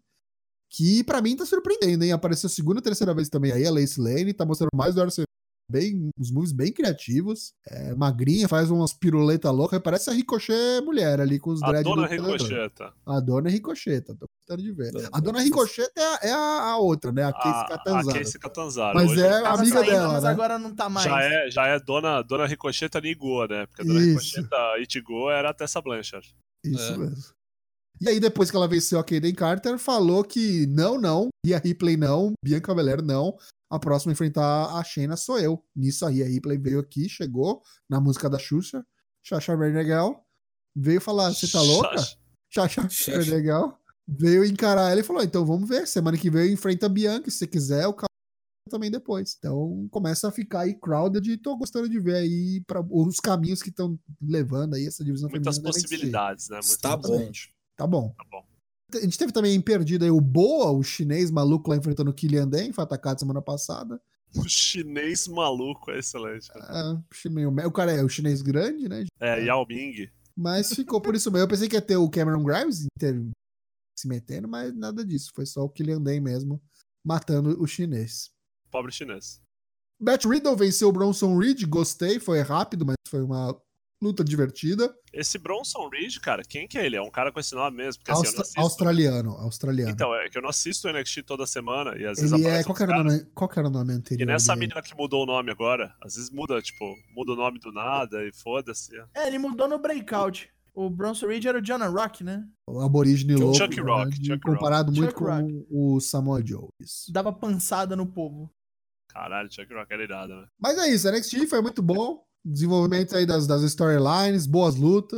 que pra mim tá surpreendendo, hein? Apareceu a segunda, terceira vez também aí, a Lacey Lane, tá mostrando mais do Arsenal, bem, uns moves bem criativos, é, magrinha, faz umas piruletas loucas, parece a Ricochet mulher ali, com os A dread dona do Pedro. Ricocheta. A dona Ricocheta, tô gostando de ver. Dona- A dona Ricocheta é, a- é a, a outra, né? A Casey A, a Catanzaro. Casey Catanzaro. Mas Hoje é Tava amiga saindo, dela, mas né? agora não tá mais. já é, já é dona, dona Ricocheta Nigo, né? Porque a dona Isso. Ricocheta Itigo era a Tessa Blanchard. Isso É. mesmo. E aí, depois que ela venceu a Kaden Carter, falou que não, não, Rhea Ripley não, Bianca Belair não, a próxima a enfrentar a Shayna sou eu. Nisso a Rhea Ripley veio aqui, chegou na música da Xuxa, Chacha Bernegal, veio falar, você tá louca? Chacha Chacha. Bernegal. Veio encarar ela e falou, então vamos ver, semana que vem eu enfrento a Bianca, se você quiser, o cara também depois. Então começa a ficar aí crowded e tô gostando de ver aí pra, os caminhos que estão levando aí essa divisão Muitas feminina da N X T. possibilidades, né? Muitas Tá bom. possibilidades. Tá bom. Tá bom. A gente teve também perdido aí o Boa, o chinês maluco lá enfrentando o Kylian Den, foi atacado semana passada. O chinês maluco é excelente. Cara. Ah, meio- o cara é o chinês grande, né? É, Yao Ming. Mas ficou por isso mesmo. Eu pensei que ia ter o Cameron Grimes inter- se metendo, mas nada disso. Foi só o Kylian Den mesmo matando o chinês. Pobre chinês. Matt Riddle venceu o Bronson Reed, gostei, foi rápido, mas foi uma luta divertida. Esse Bronson Reed, cara, quem que é ele? É um cara com esse nome mesmo? Porque assim, eu não Austra- assisto. australiano, australiano. Então, é que eu não assisto o N X T toda semana e às vezes Ele é. aparece Qual uns que, era o caras- nome, qual que era o nome E anterior? nessa dele? menina que mudou o nome agora, às vezes muda, tipo, muda o nome do nada e foda-se. É, ele mudou no breakout. O Bronson Reed era o Jonah Rock, né? O aborígene Chuck louco. Rock, né, de- Chuck comparado Rock. muito Chuck com Rock. o Samoa Joe. Isso. Dava pançada no povo. Caralho, Chuck Rock era irado, né? Mas é isso, N X T foi muito bom. Desenvolvimento aí das, das storylines, boas lutas.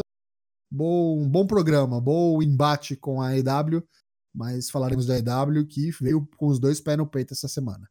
Bom, um bom programa, bom embate com a A E W. Mas falaremos da A E W que veio com os dois pés no peito essa semana.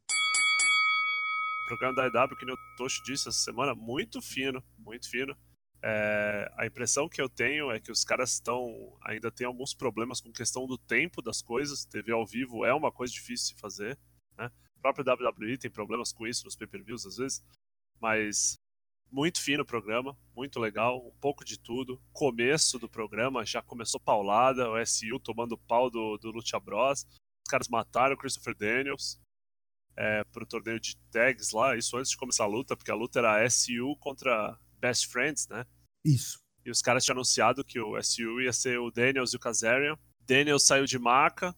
O programa da A E W, que nem o Tocho disse essa semana, muito fino, muito fino. É, a impressão que eu tenho é que os caras estão ainda tem alguns problemas com questão do tempo das coisas. T V ao vivo é uma coisa difícil de fazer, né? A própria W W E tem problemas com isso nos pay-per-views às vezes, mas muito fino o programa, muito legal, um pouco de tudo. Começo do programa já começou paulada, o S U tomando pau do, do Lucha Bros. Os caras mataram o Christopher Daniels é, pro torneio de tags lá, isso antes de começar a luta, porque a luta era S U contra Best Friends, né? Isso. E os caras tinham anunciado que o S U ia ser o Daniels e o Kazarian. Daniels saiu de maca,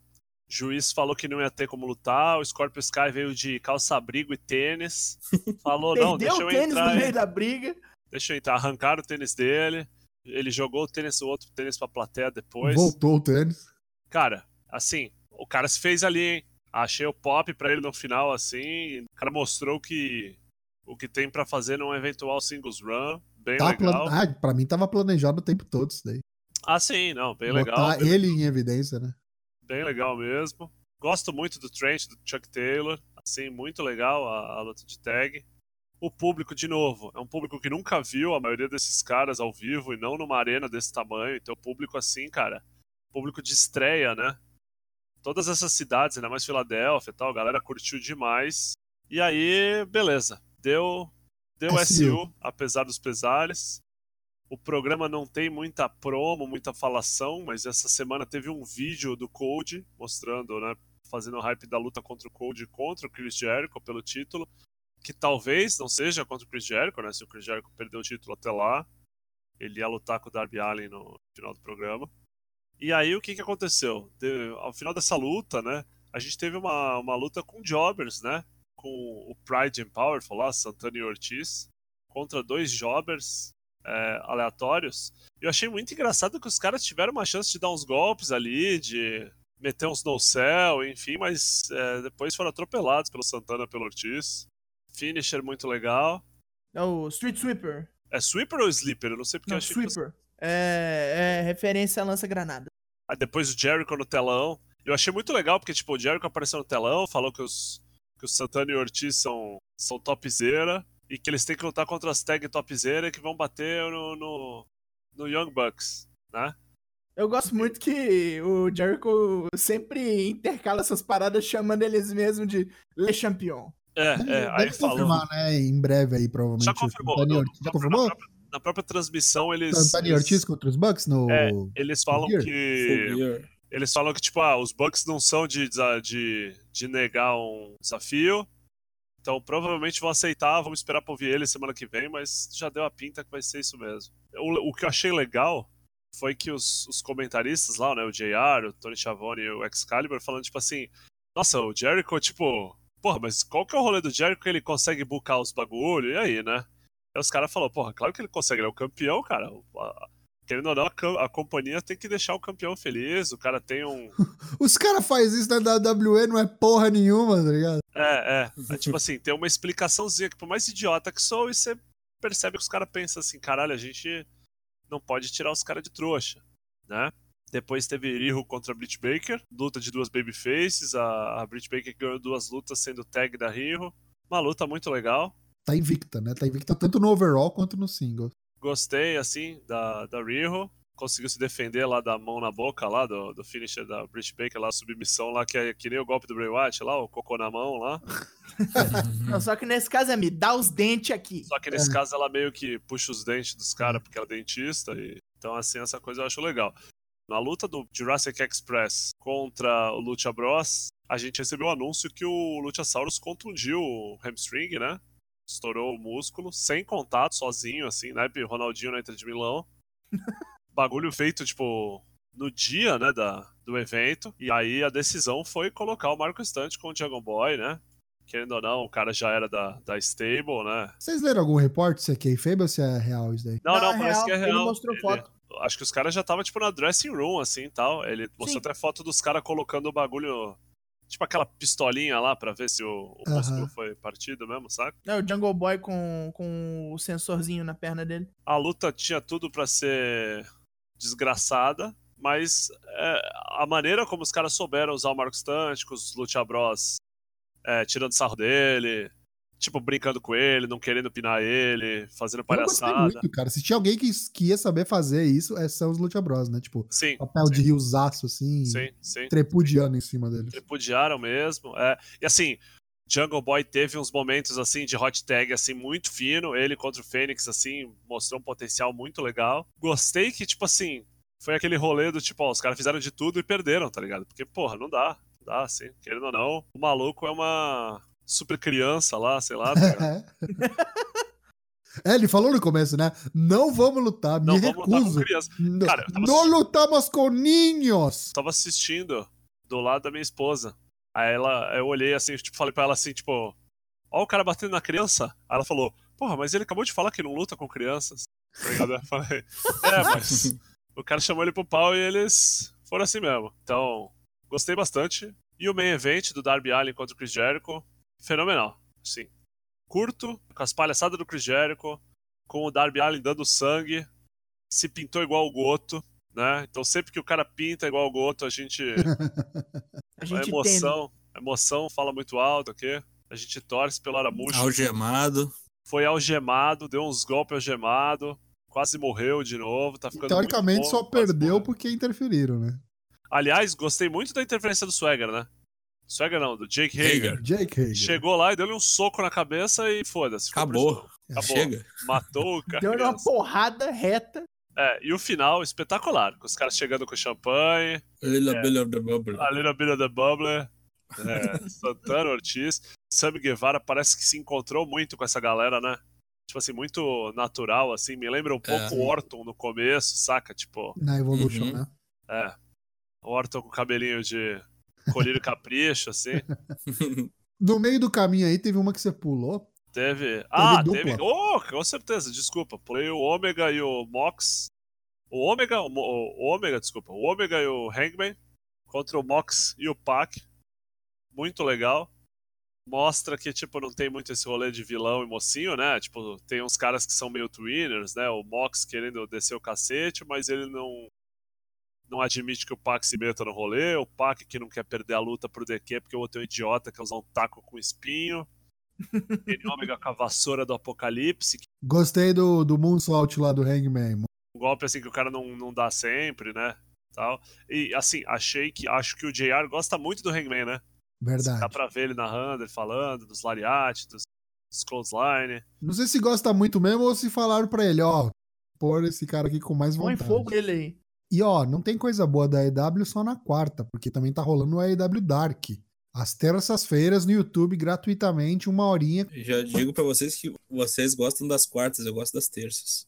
juiz falou que não ia ter como lutar, o Scorpio Sky veio de calça-abrigo e tênis, falou, não, deixa eu Perdeu o tênis entrar, no meio hein? da briga. Deixa eu entrar, arrancaram o tênis dele, ele jogou o tênis, o outro tênis pra plateia depois. Voltou o tênis. Cara, assim, o cara se fez ali, hein? Achei o pop pra ele no final, assim, o cara mostrou que o que tem pra fazer num eventual singles run, bem Tá legal. plan... ah, pra mim tava planejado o tempo todo isso daí. Ah, sim, não, bem Botar legal. Bem, ele em evidência, né? bem legal mesmo. Gosto muito do Trent, do Chuck Taylor, assim, muito legal a, a luta de tag. O público, de novo, é um público que nunca viu a maioria desses caras ao vivo e não numa arena desse tamanho, então o público assim, cara, público de estreia, né? Todas essas cidades, ainda mais Filadélfia e tal, a galera curtiu demais. E aí, beleza, deu, deu S U, apesar dos pesares. O programa não tem muita promo, muita falação, mas essa semana teve um vídeo do Cody mostrando, né, fazendo o hype da luta contra o Cody contra o Chris Jericho pelo título, que talvez não seja contra o Chris Jericho, né, se o Chris Jericho perdeu o título até lá, ele ia lutar com o Darby Allin no final do programa. E aí o que que aconteceu? De, ao final dessa luta, né, a gente teve uma, uma luta com jobbers, né, com o Pride and Powerful lá, Santana e Ortiz, contra dois jobbers é, aleatórios. Eu achei muito engraçado que os caras tiveram uma chance de dar uns golpes ali, de meter uns no-sell, enfim, mas é, depois foram atropelados pelo Santana e pelo Ortiz. Finisher muito legal. É o Street Sweeper. É Sweeper ou Sleeper? Eu não sei porque Não, eu achei Sweeper. que... É, é referência a lança-granada. Aí depois o Jericho no telão. Eu achei muito legal, porque tipo, o Jericho apareceu no telão, falou que os, que o Santana e o Ortiz são, são topzera e que eles têm que lutar contra as tag topzera que vão bater no, no, no Young Bucks, né? Eu gosto muito que o Jericho sempre intercala essas paradas chamando eles mesmos de Le Champion. É, é, Deve aí falou... confirmar, né? Em breve aí, provavelmente. Já confirmou. Santana e No, Ortiz. Já na, confirmou? Na própria, na própria transmissão, eles... Santana e eles, Ortiz contra os Bucks no... É, eles falam Gear? que... Eles falam que, tipo, ah, os Bucks não são de, de, de negar um desafio, então provavelmente vão aceitar, vamos esperar pra ouvir eles semana que vem, mas já deu a pinta que vai ser isso mesmo. O, o que eu achei legal foi que os, os comentaristas lá, né, o J R, o Tony Schiavone e o Excalibur, falando, tipo assim, nossa, o Jericho, tipo, porra, mas qual que é o rolê do Jericho que ele consegue bucar os bagulho? E aí, né? Aí os caras falaram, porra, claro que ele consegue, ele é o campeão, cara. Querendo ou não, a, a companhia tem que deixar o campeão feliz, o cara tem um... Os caras fazem isso na W W E, não é porra nenhuma, tá ligado? É, é. é tipo assim, tem uma explicaçãozinha que por mais idiota que sou, e você percebe que os caras pensam assim, caralho, a gente não pode tirar os caras de trouxa, né? Depois teve Riho contra a Britt Baker, luta de duas babyfaces, a, a Britt Baker ganhou duas lutas sendo tag da Riho, uma luta muito legal. Tá invicta, né? Tá invicta tanto no overall quanto no single. Gostei, assim, da, da Riho. Conseguiu se defender lá da mão na boca, lá, do, do finisher da Britt Baker, lá, a submissão lá, que é que nem o golpe do Bray Wyatt lá, o cocô na mão lá. Não, só que nesse caso é me dá os dentes aqui. Só que nesse é. caso ela meio que puxa os dentes dos caras, porque ela é dentista, e então, assim, essa coisa eu acho legal. Na luta do Jurassic Express contra o Lucha Bros, a gente recebeu o anúncio que o Luchasaurus contundiu o hamstring, né? Estourou o músculo, sem contato, sozinho, assim, né? Ronaldinho na Inter de Milão. Bagulho feito, tipo, no dia, né, da, do evento. E aí a decisão foi colocar o Marco Stunt com o Jungle Boy, né? Querendo ou não, o cara já era da, da stable, né? Vocês leram algum repórter se é kayfabe ou se é real isso daí? Não, não, não parece real, que é real. Ele mostrou ele, foto. Acho que os caras já estavam, tipo, na dressing room, assim, tal. Ele mostrou Sim. até foto dos caras colocando o bagulho... Tipo aquela pistolinha lá pra ver se o, o Uhum. músculo foi partido mesmo, sabe? É o Jungle Boy com, com o sensorzinho na perna dele. A luta tinha tudo pra ser desgraçada, mas é, a maneira como os caras souberam usar o Marco Stunt, com os Lucha Bros é, tirando sarro dele, tipo, brincando com ele, não querendo pinar ele, fazendo palhaçada. Eu gostei muito, cara. Se tinha alguém que, que ia saber fazer isso, é, são os Lucha Bros, né? Tipo, sim, papel sim. de riozaço, assim, Sim, sim. trepudiando em cima deles. Trepudiaram mesmo. É. E assim, Jungle Boy teve uns momentos assim de hot tag assim muito fino, ele contra o Fênix assim, mostrou um potencial muito legal. Gostei que tipo assim, foi aquele rolê do tipo, ó, os caras fizeram de tudo e perderam, tá ligado? Porque porra, não dá, não dá assim, querendo ou não, o maluco é uma super criança lá, sei lá, tá ligado? É, ele falou no começo, né? Não vamos lutar, me Não recuso. vamos lutar com criança. No, Cara, eu tava não assistindo- lutamos com ninhos! Tava assistindo do lado da minha esposa. Aí ela, eu olhei assim, tipo, falei pra ela assim, tipo, ó o cara batendo na criança. Aí ela falou, porra, mas ele acabou de falar que não luta com crianças. Tá ligado? Eu falei, é, mas o cara chamou ele pro pau e eles foram assim mesmo. Então, gostei bastante. E o main event do Darby Allin contra o Chris Jericho, fenomenal, sim. Curto, com as palhaçadas do Chris Jericho, com o Darby Allin dando sangue, se pintou igual o Goto, né? Então sempre que o cara pinta igual o Goto, a gente... A a gente emoção, a emoção fala muito alto aqui. A gente torce pelo Aramujo. Algemado. Foi algemado, deu uns golpes algemado, quase morreu de novo, tá ficando Teoricamente muito bom, só quase perdeu morreu. porque interferiram, né? Aliás, gostei muito da interferência do Swagger, né? Swagger não, do Jake Hager. Jake Hager. Chegou lá e deu-lhe um soco na cabeça e foda-se. ficou Acabou. preso. Acabou. Chega. Matou o cara. Deu uma porrada reta. É, e o final espetacular, com os caras chegando com champanhe, A little É. bit of the bubble. a little bit of the bubbler, é, Santana, Ortiz, Sammy Guevara parece que se encontrou muito com essa galera, né? Tipo assim, muito natural, assim, me lembra um pouco o Orton no começo, saca? Tipo, Na Evolution, Uhum. né? é, o Orton com cabelinho de colírio capricho, assim. No meio do caminho aí teve uma que você pulou. Teve. Ah, dupla. teve. Oh, com certeza, desculpa. Pulei o Ômega e o Mox. O Ômega, o, Mo- o Ômega, desculpa. O Ômega e o Hangman contra o Mox e o Pac. Muito legal. Mostra que, tipo, não tem muito esse rolê de vilão e mocinho, né? Tipo, tem uns caras que são meio twinners, né? O Mox querendo descer o cacete, mas ele não. Não admite que o Pac se meta no rolê. O Pac que não quer perder a luta pro D Q porque o outro é um idiota quer usar um taco com espinho. Kenny Omega com a vassoura do Apocalipse. Gostei do, do Moonsault lá do Hangman. Um golpe assim que o cara não, não dá sempre, né? Tal. E assim, achei que. Acho que o J R gosta muito do Hangman, né? Verdade. Dá pra ver ele narrando, ele falando, dos lariat, dos, dos clothesline. Não sei se gosta muito mesmo ou se falaram pra ele, ó, pôr esse cara aqui com mais Põe vontade. fogo nele aí. E ó, não tem coisa boa da A E W só na quarta, porque também tá rolando o A E W Dark. Às terças-feiras no YouTube, gratuitamente, uma horinha. Já digo pra vocês que vocês gostam das quartas, eu gosto das terças.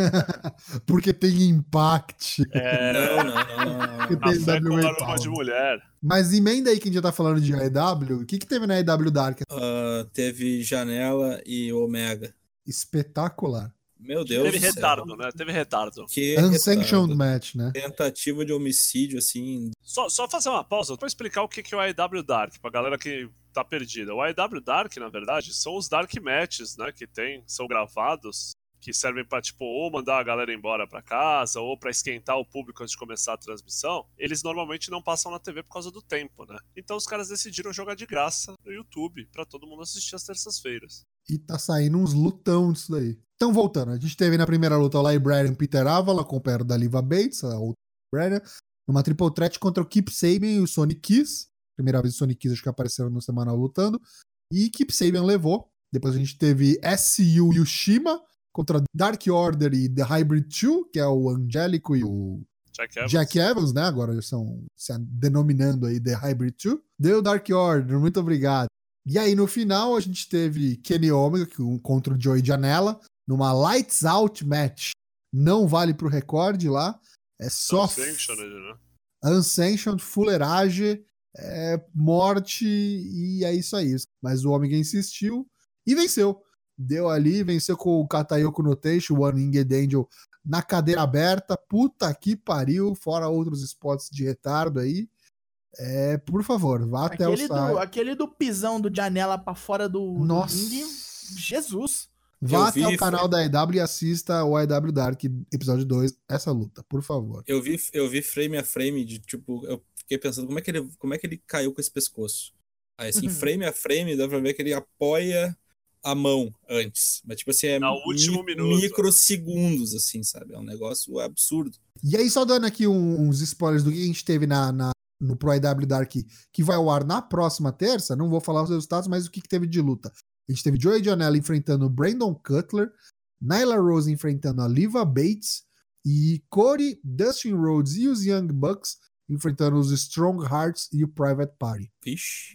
Porque tem Impact. É. Não, não, não, não, não. Tem Café com W W E aroma de Power. mulher. Mas emenda aí que a gente já tá falando de A E W. O que que teve na A E W Dark? Ah, teve Janela e Omega. Espetacular. Meu Deus Teve do céu. retardo, né? Teve retardo. Que Unsanctioned retardo. Match, né? Tentativa de homicídio, assim. Só, só fazer uma pausa pra explicar o que que é o A E W Dark, pra galera que tá perdida. O A E W Dark, na verdade, são os Dark Matches, né? Que tem, são gravados, que servem pra, tipo, ou mandar a galera embora pra casa, ou pra esquentar o público antes de começar a transmissão. Eles normalmente não passam na T V por causa do tempo, né? Então os caras decidiram jogar de graça no YouTube pra todo mundo assistir às terças-feiras. E tá saindo uns lutão disso daí. Então, voltando, a gente teve na primeira luta o Librarian Peter Avala com o pé da Liva Bates, a outra Librarian, numa triple threat contra o Kip Sabian e o Sonic Kiss. Primeira vez o Sonic Kiss acho que apareceram no semanal lutando. E Kip Sabian levou. Depois a gente teve S U Yushima contra Dark Order e The Hybrid dois, que é o Angélico e o Jack Evans. Jack Evans, né? Agora eles estão se denominando aí The Hybrid dois. Deu Dark Order, muito obrigado. E aí no final a gente teve Kenny Omega contra o Joey Janela numa Lights Out Match. Não vale pro recorde lá. É só Unsanctioned, né? Unsanctioned, fuleiragem, é, morte e é isso aí. Mas o Omega insistiu e venceu. Deu ali, venceu com o Katayoko Notation, o One Winged Angel na cadeira aberta. Puta que pariu, fora outros spots de retardo aí. É, por favor, vá até o Aquele do, site. aquele do pisão do Janela pra fora do, do Nossa. ringue. Jesus. Vá Eu até vi, o canal da A E W e assista o A E W Dark, episódio dois, essa luta, por favor. Eu vi, eu vi frame a frame de tipo. Eu fiquei pensando como é que ele, como é que ele caiu com esse pescoço. Aí, assim, Uhum. frame a frame, dá pra ver que ele apoia a mão antes. Mas, tipo assim, é No último mi- minuto. microsegundos, assim, sabe? É um negócio absurdo. E aí, só dando aqui um- uns spoilers do que a gente teve na, na- no Pro A E W Dark, que vai ao ar na próxima terça, não vou falar os resultados, mas o que, que teve de luta. A gente teve Joey Janela enfrentando o Brandon Cutler, Nyla Rose enfrentando a Liva Bates, e Cody, Dustin Rhodes e os Young Bucks enfrentando os Strong Hearts e o Private Party. Vixe.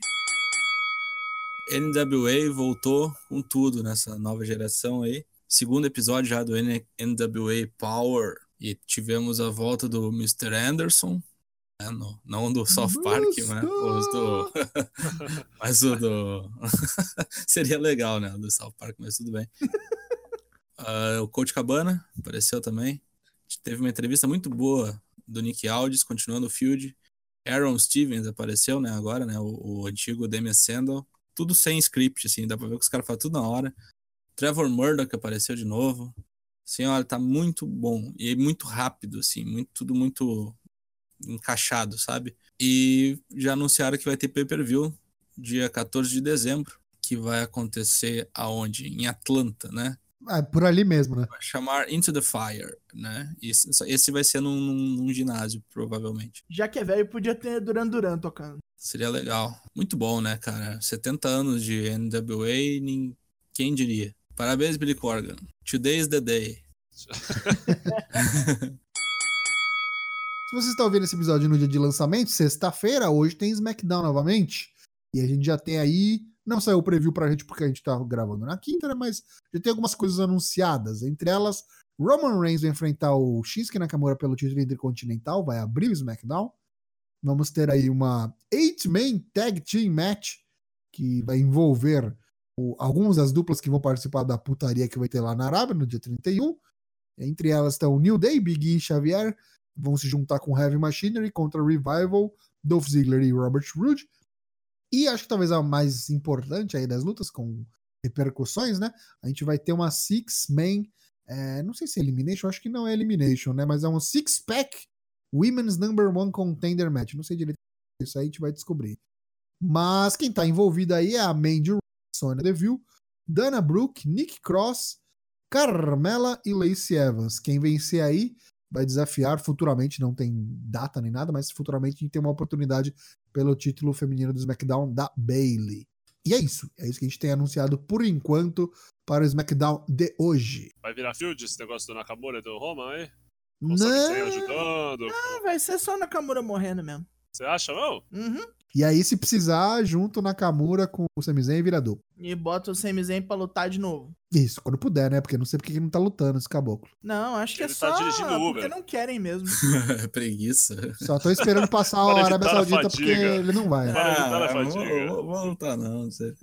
N W A voltou com tudo nessa nova geração aí. Segundo episódio já do N- NWA Power. E tivemos a volta do mister Anderson. É, no, não do South Park, né? Os do... mas o do... Seria legal, né? O do South Park, mas tudo bem. Uh, o Colt Cabana apareceu também. Teve uma entrevista muito boa do Nick Aldis, continuando o feud. Aaron Stevens apareceu, né, agora, né? O, o antigo Damien Sandow. Tudo sem script, assim, dá pra ver que os caras fazem tudo na hora. Trevor Murdoch apareceu de novo. Assim, olha, tá muito bom. E muito rápido, assim, muito, tudo muito encaixado, sabe? E já anunciaram que vai ter pay-per-view dia quatorze de dezembro, que vai acontecer aonde? Em Atlanta, né? É, por ali mesmo, né? Vai chamar Into the Fire, né? Esse, esse vai ser num, num, num ginásio, provavelmente. Já que é velho, podia ter Duran Duran tocando. Seria legal. Muito bom, né, cara? setenta anos de N W A, nem... quem diria? Parabéns, Billy Corgan. Today is the day. Se você está ouvindo esse episódio no dia de lançamento, sexta-feira, hoje tem SmackDown novamente. E a gente já tem aí... Não saiu o preview pra gente porque a gente tá gravando na quinta, né? Mas já tem algumas coisas anunciadas. Entre elas, Roman Reigns vai enfrentar o Shinsuke Nakamura pelo título intercontinental. Vai abrir o SmackDown. Vamos ter aí uma eight-man Tag Team Match que vai envolver o, algumas das duplas que vão participar da putaria que vai ter lá na Arábia no dia trinta e um. Entre elas estão o New Day, Big E e Xavier. Vão se juntar com Heavy Machinery contra Revival, Dolph Ziggler e Robert Roode. E acho que talvez a mais importante aí das lutas, com repercussões, né? A gente vai ter uma six-man, é, não sei se é Elimination, acho que não é Elimination, né? Mas é um six-pack Women's Number One Contender Match. Não sei direito, isso aí a gente vai descobrir. Mas quem tá envolvido aí é a Mandy Rose, Sonya Deville, Dana Brooke, Nick Cross, Carmella e Lacey Evans. Quem vencer aí vai desafiar futuramente, não tem data nem nada, mas futuramente a gente tem uma oportunidade pelo título feminino do SmackDown da Bayley. E é isso, é isso que a gente tem anunciado por enquanto para o SmackDown de hoje. Vai virar field esse negócio do Nakamura e do Roman aí? Não, ajudando. Ah, vai ser só Nakamura morrendo mesmo. Você acha, não? Uhum. E aí, se precisar, junto Nakamura com o Sami Zayn e vira duplo. E bota o Sami Zayn pra lutar de novo. Isso, quando puder, né? Porque não sei porque ele não tá lutando esse caboclo. Não, acho que Ele é tá só dirigindo Uber. porque não querem mesmo. Preguiça. Só tô esperando passar a Para Arábia evitar a Saudita fadiga. porque ele não vai. Para evitar a Ah, fadiga. vou, vou lutar não, não sei.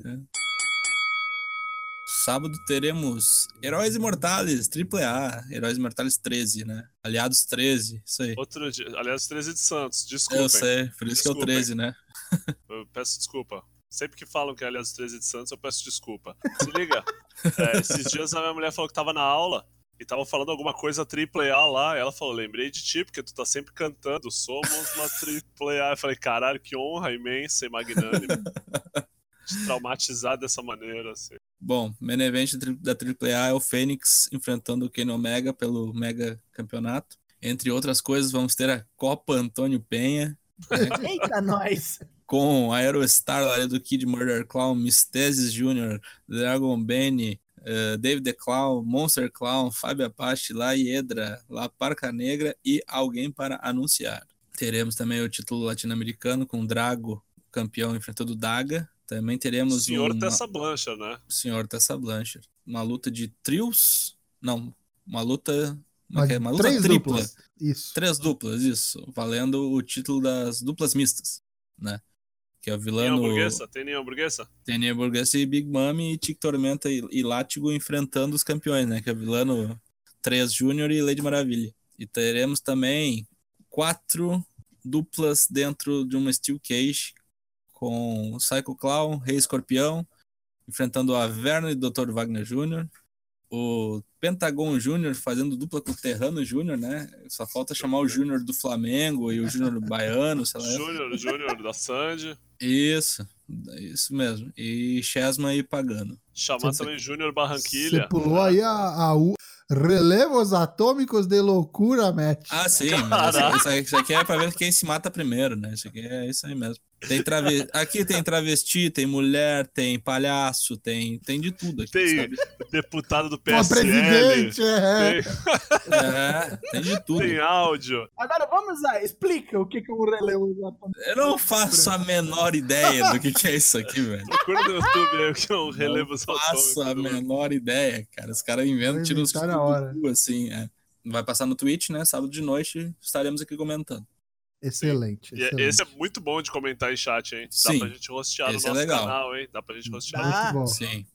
Sábado teremos Heróis Imortais, Triple A, Heróis Imortais treze, né? Aliados treze, isso aí. Outro dia, aliás, treze de Santos, desculpa. Eu sei, por isso que é o treze, né? Eu peço desculpa. Sempre que falam que é aliás treze de Santos, eu peço desculpa. Se liga, é, esses dias a minha mulher falou que tava na aula e tava falando alguma coisa triple A lá, e ela falou, lembrei de ti, porque tu tá sempre cantando, somos uma triple A. Eu falei, caralho, que honra imensa e magnânime de traumatizar dessa maneira, assim. Bom, main event da Triple A é o Fênix enfrentando o Kenny Omega pelo Mega Campeonato. Entre outras coisas, vamos ter a Copa Antônio Penha, né? Eita, nós! Com a Aerostar lá do Kid Murder Clown, Mysticis Júnior, Dragon Benny, uh, David the Clown, Monster Clown, Fábio Apache, La Hiedra, La Parca Negra e alguém para anunciar. Teremos também o título latino-americano com Drago, campeão, enfrentando o Daga. Também teremos o senhor uma... Tessa Blanchard, né? O senhor Tessa Blanchard. Uma luta de trios? Não, uma luta... Uma, Uma, uma luta três tripla. Duplas. Isso. Três duplas, isso. Valendo o título das duplas mistas, né? Que é o vilano... Tem hamburguesa? Tem nem hamburguesa? Tem nem hamburguesa e Big Mami, e Tic Tormenta e, e Látigo enfrentando os campeões, né? Que é o vilano três Júnior e Lady Maravilha. E teremos também quatro duplas dentro de uma Steel Cage com o Psycho Clown, Rei Escorpião, enfrentando o Averno e doutor Wagner Júnior O Pentagon Júnior fazendo dupla com o Terrano Júnior, né? Só falta chamar o Júnior do Flamengo e o Júnior do Baiano, sei lá. Júnior, Júnior da Sandy. Isso, isso mesmo. E Chesma e Pagano. Chamar Cê- também Júnior Barranquilha. Você pulou aí a, a, o relevos atômicos de loucura, Matt. Ah, sim, mas isso, isso, isso aqui é pra ver quem se mata primeiro, né? Isso aqui é isso aí mesmo. Tem travesti, aqui tem travesti, tem mulher, tem palhaço, tem, tem de tudo aqui, Tem sabe? deputado do P Pô, S L. presidente, é. Tem, É, tem de tudo. tem áudio. Agora vamos lá, explica o que que é um relevo. Eu não faço a menor ideia do que, que é isso aqui, velho. Procura no YouTube aí o que é um relevo Não faço a menor ideia, cara. Os caras inventam, tiram os Inventar na hora. cu, assim, é. Vai passar no Twitch, né? Sábado de noite, estaremos aqui comentando. Excelente, E excelente. esse é muito bom de comentar em chat, hein? Dá Sim, pra gente rostear no esse é nosso legal. canal, hein? Dá pra gente rostear. Dá. Muito bom. Sim.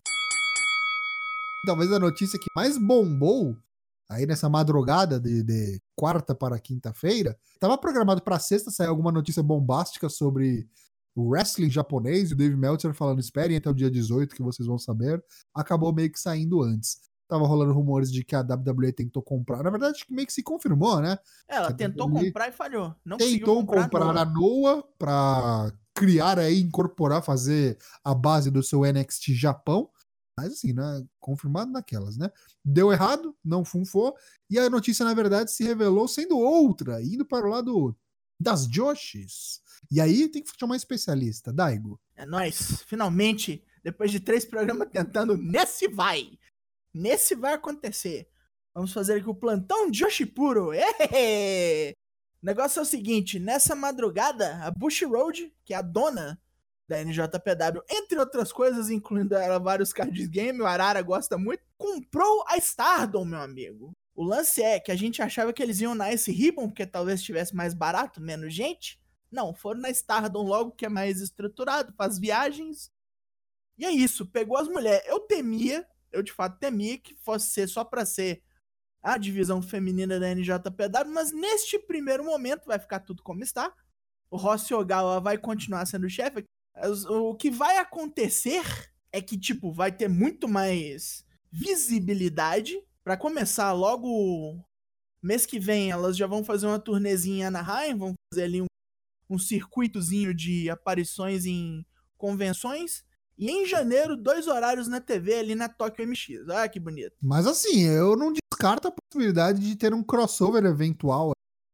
Talvez a notícia que mais bombou aí nessa madrugada de, de quarta para quinta-feira, estava programado para sexta sair alguma notícia bombástica sobre o wrestling japonês, e o Dave Meltzer falando, esperem até o dia dezoito que vocês vão saber, acabou meio que saindo antes. Tava rolando rumores de que a W W E tentou comprar, na verdade meio que se confirmou, né? Ela Que a tentou W W E comprar e falhou. Não conseguiu tentou comprar, comprar não. a Noah para criar aí, incorporar, fazer a base do seu N X T Japão. Mas assim, né? Confirmado naquelas, né? Deu errado, não funfou. E a notícia, na verdade, se revelou sendo outra, indo para o lado das Joshis. E aí tem que chamar um especialista. Daigo. É nóis. Finalmente, depois de três programas tentando, nesse vai. Nesse vai acontecer. Vamos fazer aqui o plantão Joshi Puro. Ehehe! O negócio é o seguinte, nessa madrugada, a Bushiroad, que é a dona da N J P W, entre outras coisas, incluindo ela vários card game, o Arara gosta muito, comprou a Stardom, meu amigo. O lance é que a gente achava que eles iam na Ice Ribbon, porque talvez estivesse mais barato, menos gente. Não, foram na Stardom logo, que é mais estruturado, faz viagens. E é isso, pegou as mulheres. Eu temia, eu de fato temia que fosse ser só pra ser a divisão feminina da N J P W, mas neste primeiro momento vai ficar tudo como está. O Rossi Ogawa vai continuar sendo o chefe. O que vai acontecer é que, tipo, vai ter muito mais visibilidade. Pra começar, logo mês que vem, elas já vão fazer uma turnezinha em Anaheim, vão fazer ali um, um circuitozinho de aparições em convenções. E em janeiro, dois horários na T V ali na Tokyo M X. Olha que bonito. Mas assim, eu não descarto a possibilidade de ter um crossover eventual.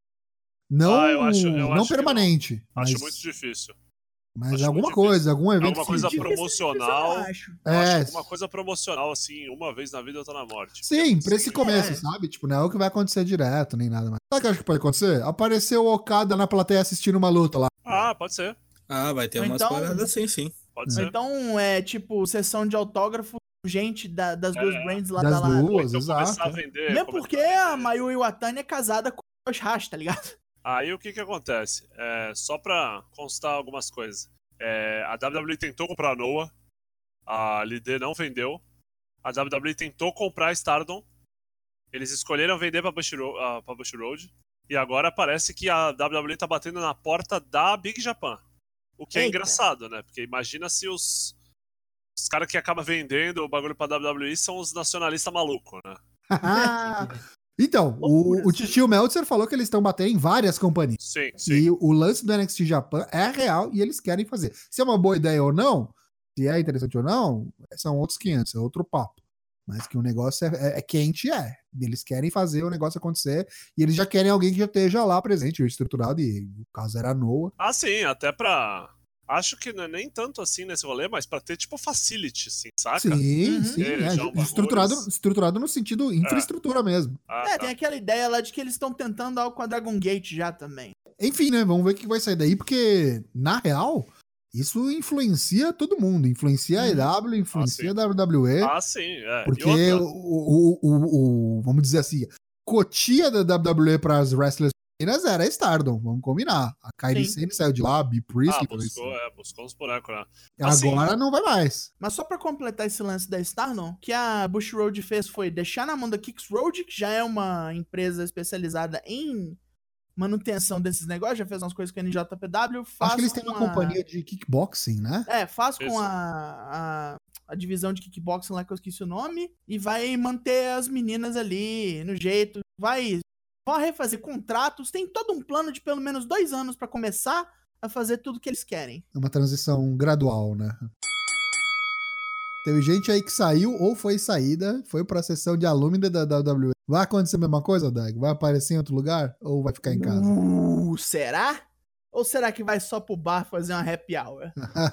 Não, Ah, eu acho- eu não acho que permanente. Mas, Acho muito difícil. mas acho alguma muito coisa, algum evento. Alguma coisa que- promocional. Eu acho. Eu É, acho alguma coisa promocional, assim, uma vez na vida eu tô na morte. sim, pra esse Sim. começo, É. sabe? Tipo, não é o que vai acontecer direto, nem nada mais. Sabe o que eu acho que pode acontecer? Apareceu o Okada na plateia assistindo uma luta lá. Ah, pode ser. Ah, vai ter Ou umas então- paradas assim, sim. Pode Ou ser. então, é tipo, sessão de autógrafo, gente da- das duas É. brands lá Das da Lariat. duas, Então exato. começar a vender. Mesmo começar porque a a vender. Mayu Iwatani é casada com o Yoshihashi, tá ligado? Aí o que que acontece? É, só pra constar algumas coisas. É, a W W E tentou comprar a Noah, a L D não vendeu. A W W E tentou comprar a Stardom. Eles escolheram vender pra Bushiroad, uh, pra Bushiroad. E agora parece que a W W E tá batendo na porta da Big Japan. O que é Eita. engraçado, né? Porque imagina se os, os caras que acabam vendendo o bagulho pra W W E são os nacionalistas malucos, né? Então, o, Loucuras. o Titio Meltzer falou que eles estão batendo em várias companhias. Sim, sim. E o lance do N X T Japan é real e eles querem fazer. Se é uma boa ideia ou não, se é interessante ou não, são outros quinhentos, é outro papo. Mas que o negócio é, é- é quente, é. Eles querem fazer o negócio acontecer e eles já querem alguém que já esteja lá presente, estruturado, e o caso era a Noah. Ah, sim, até pra. Acho que não é nem tanto assim nesse rolê, mas pra ter tipo facility, assim, saca? Sim, Uhum. sim. É, É, já um bagulho- estruturado, estruturado no sentido infraestrutura mesmo. Ah, É, tá. tem aquela ideia lá de que eles estão tentando algo com a Dragon Gate já também. Enfim, né? Vamos ver o que vai sair daí, porque, na real, isso influencia todo mundo. Influencia a E W, influencia sim. a W W E. Ah, sim, é. Porque E o, outra, o, o, o- vamos dizer assim, cotia da W W E para as wrestlers femininas era a Stardom, vamos combinar. A Kairi Sim. Sane saiu de lá, a Bea Priestley ah, também buscou, saiu. é, buscou uns bonecos, né? assim- Agora não vai mais. Mas só pra completar esse lance da Stardom, o que a Bushiroad fez foi deixar na mão da Kicks Road, que já é uma empresa especializada em manutenção desses negócios, já fez umas coisas com a N J P W, faz Acho que eles têm com uma a- companhia de kickboxing, né? É, faz com Isso. a, a, a divisão de kickboxing lá que eu esqueci o nome, e vai manter as meninas ali no jeito, vai, vai refazer contratos, tem todo um plano de pelo menos dois anos pra começar a fazer tudo que eles querem. É uma transição gradual, né? Teve gente aí que saiu ou foi saída, foi pra sessão de alumni da W W E. Vai acontecer a mesma coisa, Dag? Vai aparecer em outro lugar ou vai ficar em casa? Uh, será? Ou será que vai só pro bar fazer uma happy hour?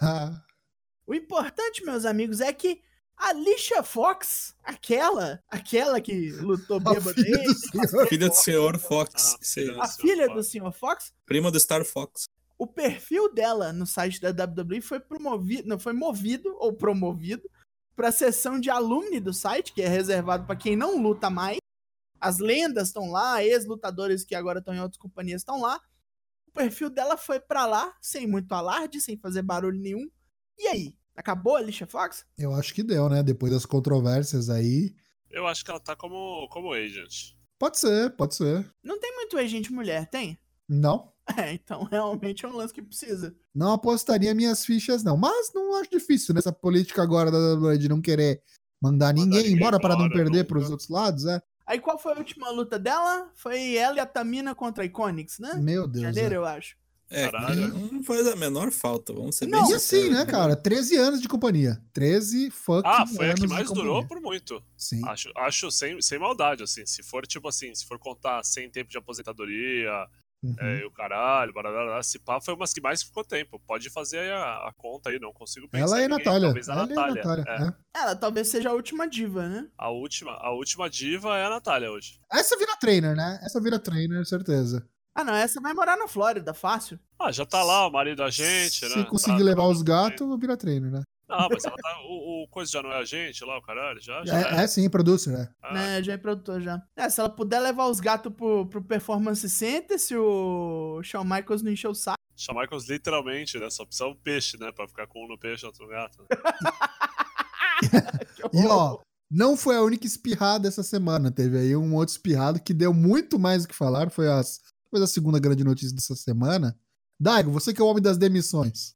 O importante, meus amigos, é que a Alicia Fox, aquela, aquela que lutou A bêbada filha aí, do senhor. Filha do senhor Fox. Ah, Isso aí. filha a filha do senhor Fox, Prima do Star Fox. o perfil dela no site da W W E foi promovido, não foi movido ou promovido para a seção de alumni do site, que é reservado para quem não luta mais. As lendas estão lá, ex-lutadores que agora estão em outras companhias estão lá. O perfil dela foi pra lá, sem muito alarde, sem fazer barulho nenhum. E aí? Acabou a Alicia Fox? Eu acho que deu, né? Depois das controvérsias aí. Eu acho que ela tá como, como agent. Pode ser, pode ser. Não tem muito agente mulher, tem? Não. É, então realmente é um lance que precisa. Não apostaria minhas fichas, não. Mas não acho difícil nessa política agora da W W E de não querer mandar ninguém, ninguém embora para não embora, perder nunca. pros outros lados, é. Aí qual foi a última luta dela? Foi ela e a Tamina contra a Iconics, né? Meu Deus. Janeiro, É. eu acho. É, Caralho. não faz a menor falta, vamos ser Não. bem E assim, sinceros, né, cara? treze anos de companhia. treze fucking Ah, foi a anos que de mais companhia. durou por muito. Sim. Acho, acho sem, sem maldade, assim. Se for, tipo assim, se for contar sem tempo de aposentadoria, Uhum. é, e o caralho, barará, se pá, foi umas que mais ficou tempo. Pode fazer aí a, a conta aí, não consigo pensar Ela em e a ninguém, Natália. talvez a Ela e a Natália. Natália. é. é. Ela talvez seja a última diva, né? A, última, a última diva é a Natália hoje. Essa vira trainer, né? Essa vira trainer, certeza. Ah, não, essa vai morar na Flórida, fácil. Ah, já tá lá o marido da gente, Se né? conseguir Tá- levar tá- os gatos, vira trainer, né? Não, mas ela tá. O, o coisa já não é a gente lá, o caralho? Já? já É, é sim, producer, né? Ah, Né, já é produtor já. É, se ela puder levar os gatos pro, pro Performance Center, se o Shawn Michaels não encher o saco. Shawn Michaels literalmente, né? Só precisa um peixe, né? Pra ficar com um no peixe e outro no gato. E ó, não foi a única espirrada essa semana. Teve aí um outro espirrado que deu muito mais o que falar. Foi, as, foi a segunda grande notícia dessa semana. Daigo, você que é o homem das demissões.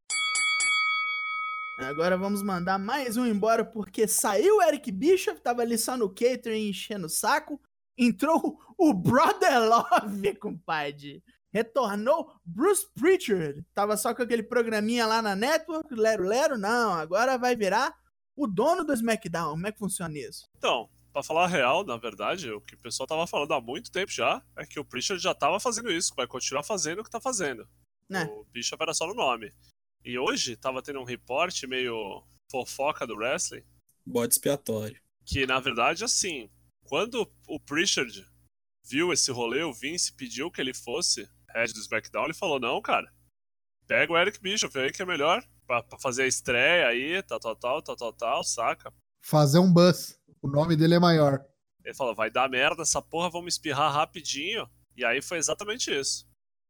Agora vamos mandar mais um embora, porque saiu o Eric Bischoff, tava ali só no catering enchendo o saco. Entrou o Brother Love, compadre. Retornou Bruce Pritchard. Tava só com aquele programinha lá na Network, Lero Lero. Não, agora vai virar o dono do SmackDown. Como é que funciona isso? Então, pra falar a real, na verdade, o que o pessoal tava falando há muito tempo já é que o Pritchard já tava fazendo isso, vai continuar fazendo o que tá fazendo. Né? O Bischoff era só no nome. E hoje tava tendo um reporte meio fofoca do wrestling, bode expiatório. que na verdade, assim, quando o Pritchard viu esse rolê, o Vince pediu que ele fosse head do SmackDown, ele falou, não, cara, pega o Eric Bischoff aí que é melhor, pra, pra fazer a estreia aí, tal, tal, tal, tal, tal, tal, saca? Fazer um buzz. O nome dele é maior. Ele falou, vai dar merda essa porra, vamos espirrar rapidinho. E aí foi exatamente isso.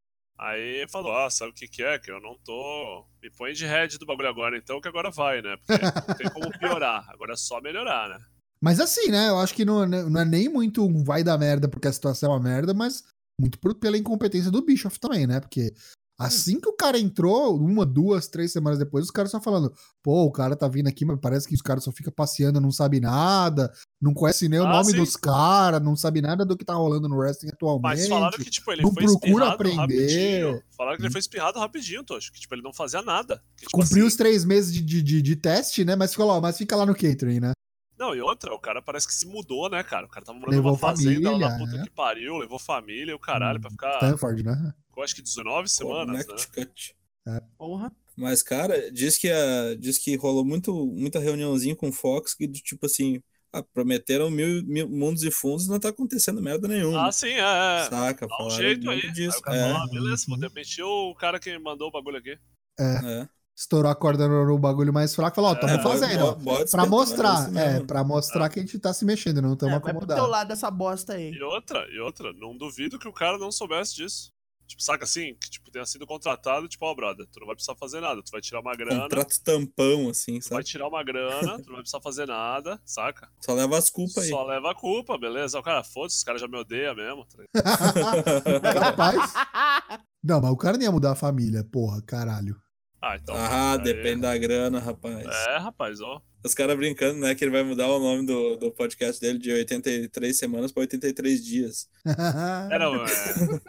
Aí ele falou, ah, sabe o que que é? Que eu não tô... Me põe de head do bagulho agora então, que agora vai, né? Porque não tem como piorar, agora é só melhorar, né? Mas assim, né? Eu acho que não, não é nem muito um vai dar merda porque a situação é uma merda, mas muito por, pela incompetência do Bischoff também, né? Porque assim que o cara entrou, uma, duas, três semanas depois, os caras só falando, pô, o cara tá vindo aqui, mas parece que os caras só ficam passeando, não sabe nada, não conhece nem o Ah, nome sim. dos caras, não sabe nada do que tá rolando no wrestling atualmente. Mas falaram que, tipo, ele não foi procura espirrado aprender. rapidinho. Falaram que ele foi espirrado rapidinho, Tocho. Que, tipo, ele não fazia nada. Que, tipo, Cumpriu assim, os três meses de, de, de, de teste, né? Mas, ficou lá, mas fica lá no catering, né? Não, e outra, o cara parece que se mudou, né, cara? O cara tava morando Levou numa fazenda lá na família, puta é. que pariu, levou família, o caralho, pra ficar, Stanford, né? eu acho que dezenove semanas, né? Connecticut. Porra. Mas, cara, diz que, a, diz que rolou muito, muita reuniãozinha com o Fox que, do tipo assim, ah, prometeram mil, mil mundos e fundos e não tá acontecendo merda nenhuma. Ah, sim, é, é. Saca? Dá um Falaram jeito aí. muito disso. Aí o cara É, falou, ah, beleza, vou Uhum. demitir o cara que mandou o bagulho aqui. é. Estourou a corda no, no bagulho mais fraco e falou, ó, É, tamo fazendo, ó. Bo- bode Pra expiatório, mostrar, isso é, mesmo. pra mostrar que a gente tá se mexendo, não estamos É, vai pro teu acomodados. lado dessa bosta aí. E outra, e outra, não duvido que o cara não soubesse disso. Tipo, saca assim? Que tipo, tenha sido contratado, tipo, ó, brother, tu não vai precisar fazer nada, tu vai tirar uma grana, Contrato tampão, assim, tu vai sabe? tirar uma grana, tu não vai precisar fazer nada, saca? Só leva as culpas aí. Só leva a culpa, beleza? O cara, foda-se, os caras já me odeiam mesmo. Tá ligado? Capaz. Não, mas o cara nem ia mudar a família, porra, caralho. Ah, então. Ah, aí- depende da grana, rapaz. É, rapaz, ó. Os caras brincando, né, que ele vai mudar o nome do, do podcast dele de oitenta e três semanas pra oitenta e três dias. É, não, é.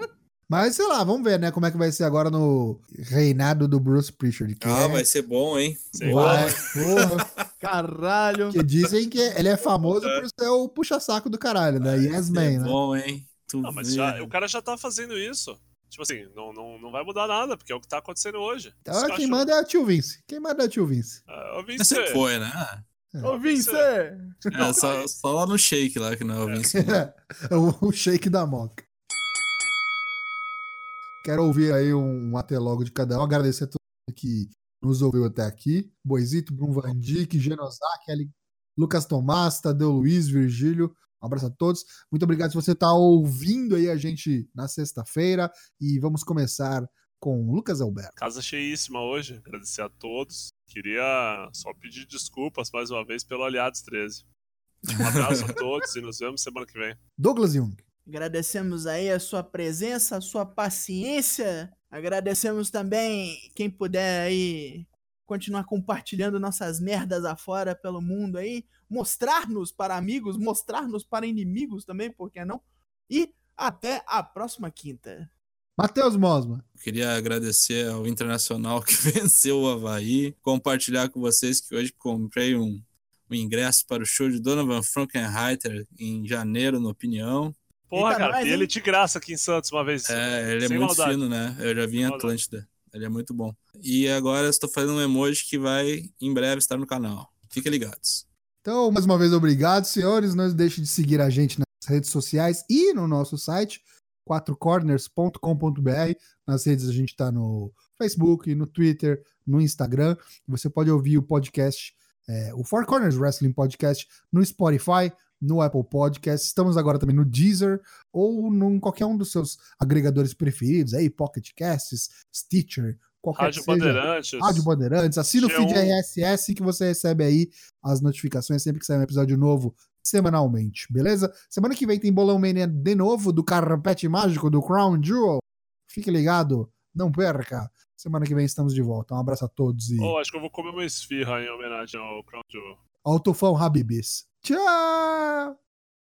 Mas, sei lá, vamos ver, né, como é que vai ser agora no reinado do Bruce Pritchard. Que Ah, é... vai ser bom, hein? Sim. Vai, porra. Caralho. Que dizem que ele é famoso por ser o puxa-saco do caralho, né? Yes Vai ser Man, né? bom, hein? Tu Não, mas vê. já, o cara já tá fazendo isso. Tipo assim, não, não, não vai mudar nada, porque é o que tá acontecendo hoje. Então, Os quem cachorros- manda é o tio Vince. Quem manda é o tio Vince. Ah, eu vi Mas sempre foi, né? Ô, Vince! É, só, só lá no Shake, lá, que não é o Vince. É o, o shake da moca. Quero ouvir aí um, um até logo de cada um. Agradecer a todo mundo que nos ouviu até aqui. Boizito, Bruno Van Dijk, Genosaki, L- Lucas Tomás, Tadeu Luiz, Virgílio. Um abraço a todos. Muito obrigado se você está ouvindo aí a gente na sexta-feira. E vamos começar com Lucas Alberto. Casa cheíssima hoje, agradecer a todos. Queria só pedir desculpas mais uma vez pelo Aliados treze. Um abraço a todos e nos vemos semana que vem. Douglas Jung. Agradecemos aí a sua presença, a sua paciência. Agradecemos também quem puder aí continuar compartilhando nossas merdas afora pelo mundo aí. Mostrar-nos para amigos, mostrar-nos para inimigos também, por que não? E até a próxima quinta. Matheus Mosman. Queria agradecer ao Internacional que venceu o Avaí. Compartilhar com vocês que hoje comprei um, um ingresso para o show de Donovan Frankenreiter em janeiro, na Opinião. Porra, Eita, cara, nós, vi ele hein? de graça aqui em Santos uma vez. É, ele é Sem muito maldade. fino, né? Eu já vi em Sem maldade. Atlântida. Ele é muito bom. E agora eu estou fazendo um emoji que vai em breve estar no canal. Fiquem ligados. Então, mais uma vez, obrigado, senhores. Não deixem de seguir a gente nas redes sociais e no nosso site, quatro corners ponto com ponto b r. Nas redes a gente está no Facebook, no Twitter, no Instagram. Você pode ouvir o podcast, é, o Four Corners Wrestling Podcast, no Spotify, no Apple Podcasts. Estamos agora também no Deezer ou em qualquer um dos seus agregadores preferidos, aí, Pocket Casts, Stitcher, qualquer Rádio que seja. Bandeirantes. Rádio Bandeirantes, assina o G um. feed R S S que você recebe aí as notificações sempre que sair um episódio novo, semanalmente, beleza? Semana que vem tem Bolão Mania de novo, do Carpete Mágico, do Crown Jewel. Fique ligado, não perca. Semana que vem estamos de volta. Um abraço a todos e Oh, acho que eu vou comer uma esfirra em homenagem ao Crown Jewel. ao Tufão Habibis. Tchau!